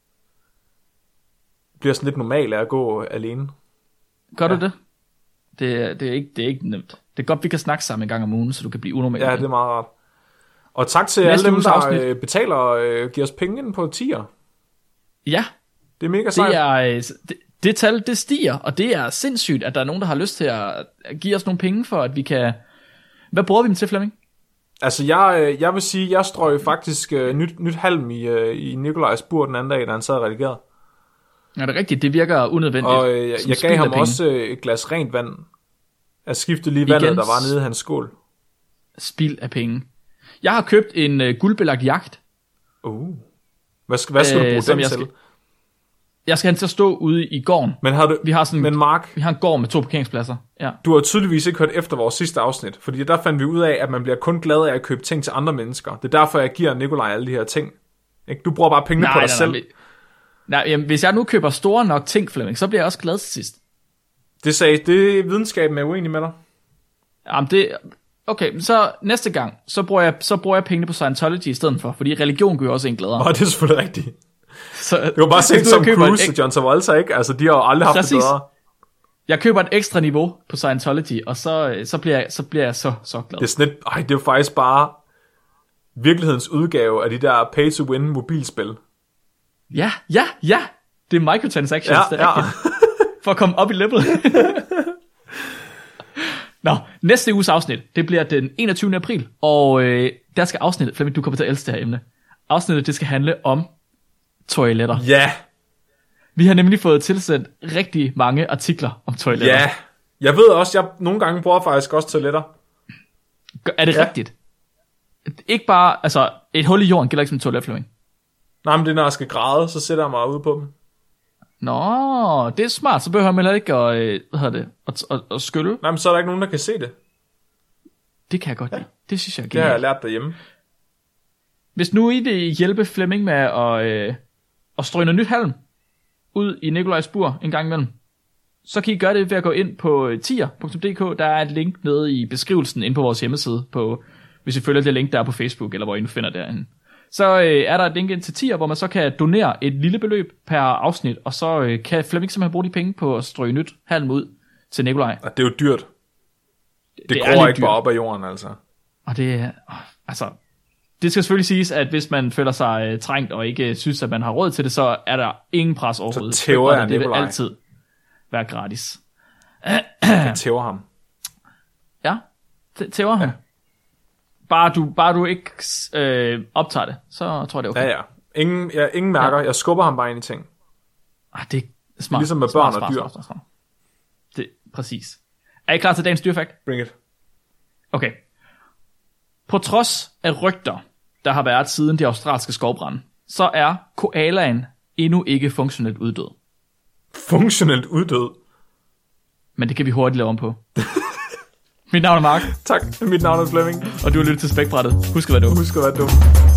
bliver sådan lidt normal af at gå alene. Gør Ja. du det? Det er, det, er ikke, det er ikke nemt. Det er godt, vi kan snakke sammen en gang om ugen, så du kan blive unormal. Ja, igen. det er meget rart. Og tak til Næste alle dem, uges der afsnit. øh, betaler og øh, giver os penge ind på tier. ja, Det er mega sejt. det er... øh, Det, det tal, det stiger, og det er sindssygt, at der er nogen, der har lyst til at at give os nogle penge for, at vi kan... Hvad bruger vi dem til, Flemming? Altså, jeg, øh, jeg vil sige, jeg strøg faktisk øh, nyt, nyt halm i, øh, i Nikolajs bur den anden dag, da han sad og redigerede. Er det rigtigt? Det virker unødvendigt. Og øh, jeg, som jeg spild gav af ham penge. også øh, et glas rent vand. Jeg skiftede lige vandet, Igen. der var nede i hans skål. Spild af penge. Jeg har købt en uh, guldbelagt jagt. Uh. Hvad skal, hvad skal Øh, du bruge som den jeg til? skal- Jeg skal hen til at stå ude i gården. Men, har du, Vi har sådan- men Mark, Vi har en gård med to parkeringspladser. Ja. du har tydeligvis ikke hørt efter vores sidste afsnit, fordi der fandt vi ud af, at man bliver kun glad af at købe ting til andre mennesker. Det er derfor, jeg giver Nikolaj alle de her ting. Ikke? Du bruger bare pengene Nej, på dig nej, selv. nej, nej, jamen, hvis jeg nu køber store nok ting, Flemming, så bliver jeg også glad til sidst. Det sagde, det er videnskaben er uenig med dig. Jamen det... Okay, så næste gang, så bruger jeg, så bruger jeg pengene på Scientology i stedet for, fordi religion gør jo også en gladere. Og det er selvfølgelig rigtigt. Så, Det var bare set hvis som du køber Cruise en og John Travolta, ikke? Altså, de har jo aldrig haft Præcis. det bedre. Jeg køber et ekstra niveau på Scientology, og så, så, bliver, jeg, så bliver jeg så, så glad. Det er sådan lidt, ej, det er jo faktisk bare virkelighedens udgave af de der pay-to-win mobilspil. Ja, ja, ja! Det er microtransactions, Ja, det er ja. rigtigt. For at komme op i level. Nå, næste uges afsnit, det bliver den enogtyvende april, og øh, der skal afsnittet, Flemming, du kommer til at elske det her emne. Afsnittet, det skal handle om toiletter. Ja, Vi har nemlig fået tilsendt rigtig mange artikler om toiletter. ja. Jeg ved også, jeg nogle gange bruger faktisk også toiletter. Er det Ja. rigtigt? Ikke bare, altså, et hul i jorden gælder ikke som en toilet, Flemming. Nej, men det er, når jeg skal græde, så sætter jeg mig ude på dem. Nå, det er smart, så behøver man heller ikke at, øh, hvad hedder det, at, at, at skylle. Nej, men så er der ikke nogen, der kan se det. Det kan jeg godt lide. Det synes jeg er Det har jeg genialt. lært derhjemme. Hvis nu I vil hjælpe Flemming med at, øh, at strø noget nyt halm ud i Nikolajs bur en gang imellem, så kan I gøre det ved at gå ind på tier punktum d k. Der er et link nede i beskrivelsen inde på vores hjemmeside, på, hvis I følger det link, der er på Facebook, eller hvor I nu finder derinde. Så øh, er der et link ind til tier, hvor man så kan donere et lille beløb per afsnit, og så øh, kan Flemming simpelthen bruge de penge på at strø nyt halm ud til Nikolaj. Og det er jo dyrt. Det, det er gror lidt ikke dyrt. bare op af jorden, altså. Og det er, åh, altså, det skal selvfølgelig siges, at hvis man føler sig øh, trængt, og ikke øh, synes, at man har råd til det, så er der ingen pres overhovedet. Så tæver jeg Det vil Nikolaj. altid være gratis. Jeg tæver ham. Ja, t- tæver ham. Ja. Bare, du, bare du ikke øh, optager det, så tror jeg, det er okay. Ja, ja. Ingen, ja, ingen mærker. Jeg skubber ham bare ind i ting. Ah, det er smart. Ligesom med smart, børn og smart, dyr. Smart, smart, smart. Det, præcis. Er I klar til dagens dyrfakt? Bring it. Okay. På trods af rygter, der har været siden de australske skovbrande, så er koalaen endnu ikke funktionelt uddød. Funktionelt uddød. Men det kan vi hurtigt lave om på. Mit navn er Mark, Tak. Mit navn er Flemming. og du har lyttet til Spækbrættet. Husk at være dum. Husk at være dum.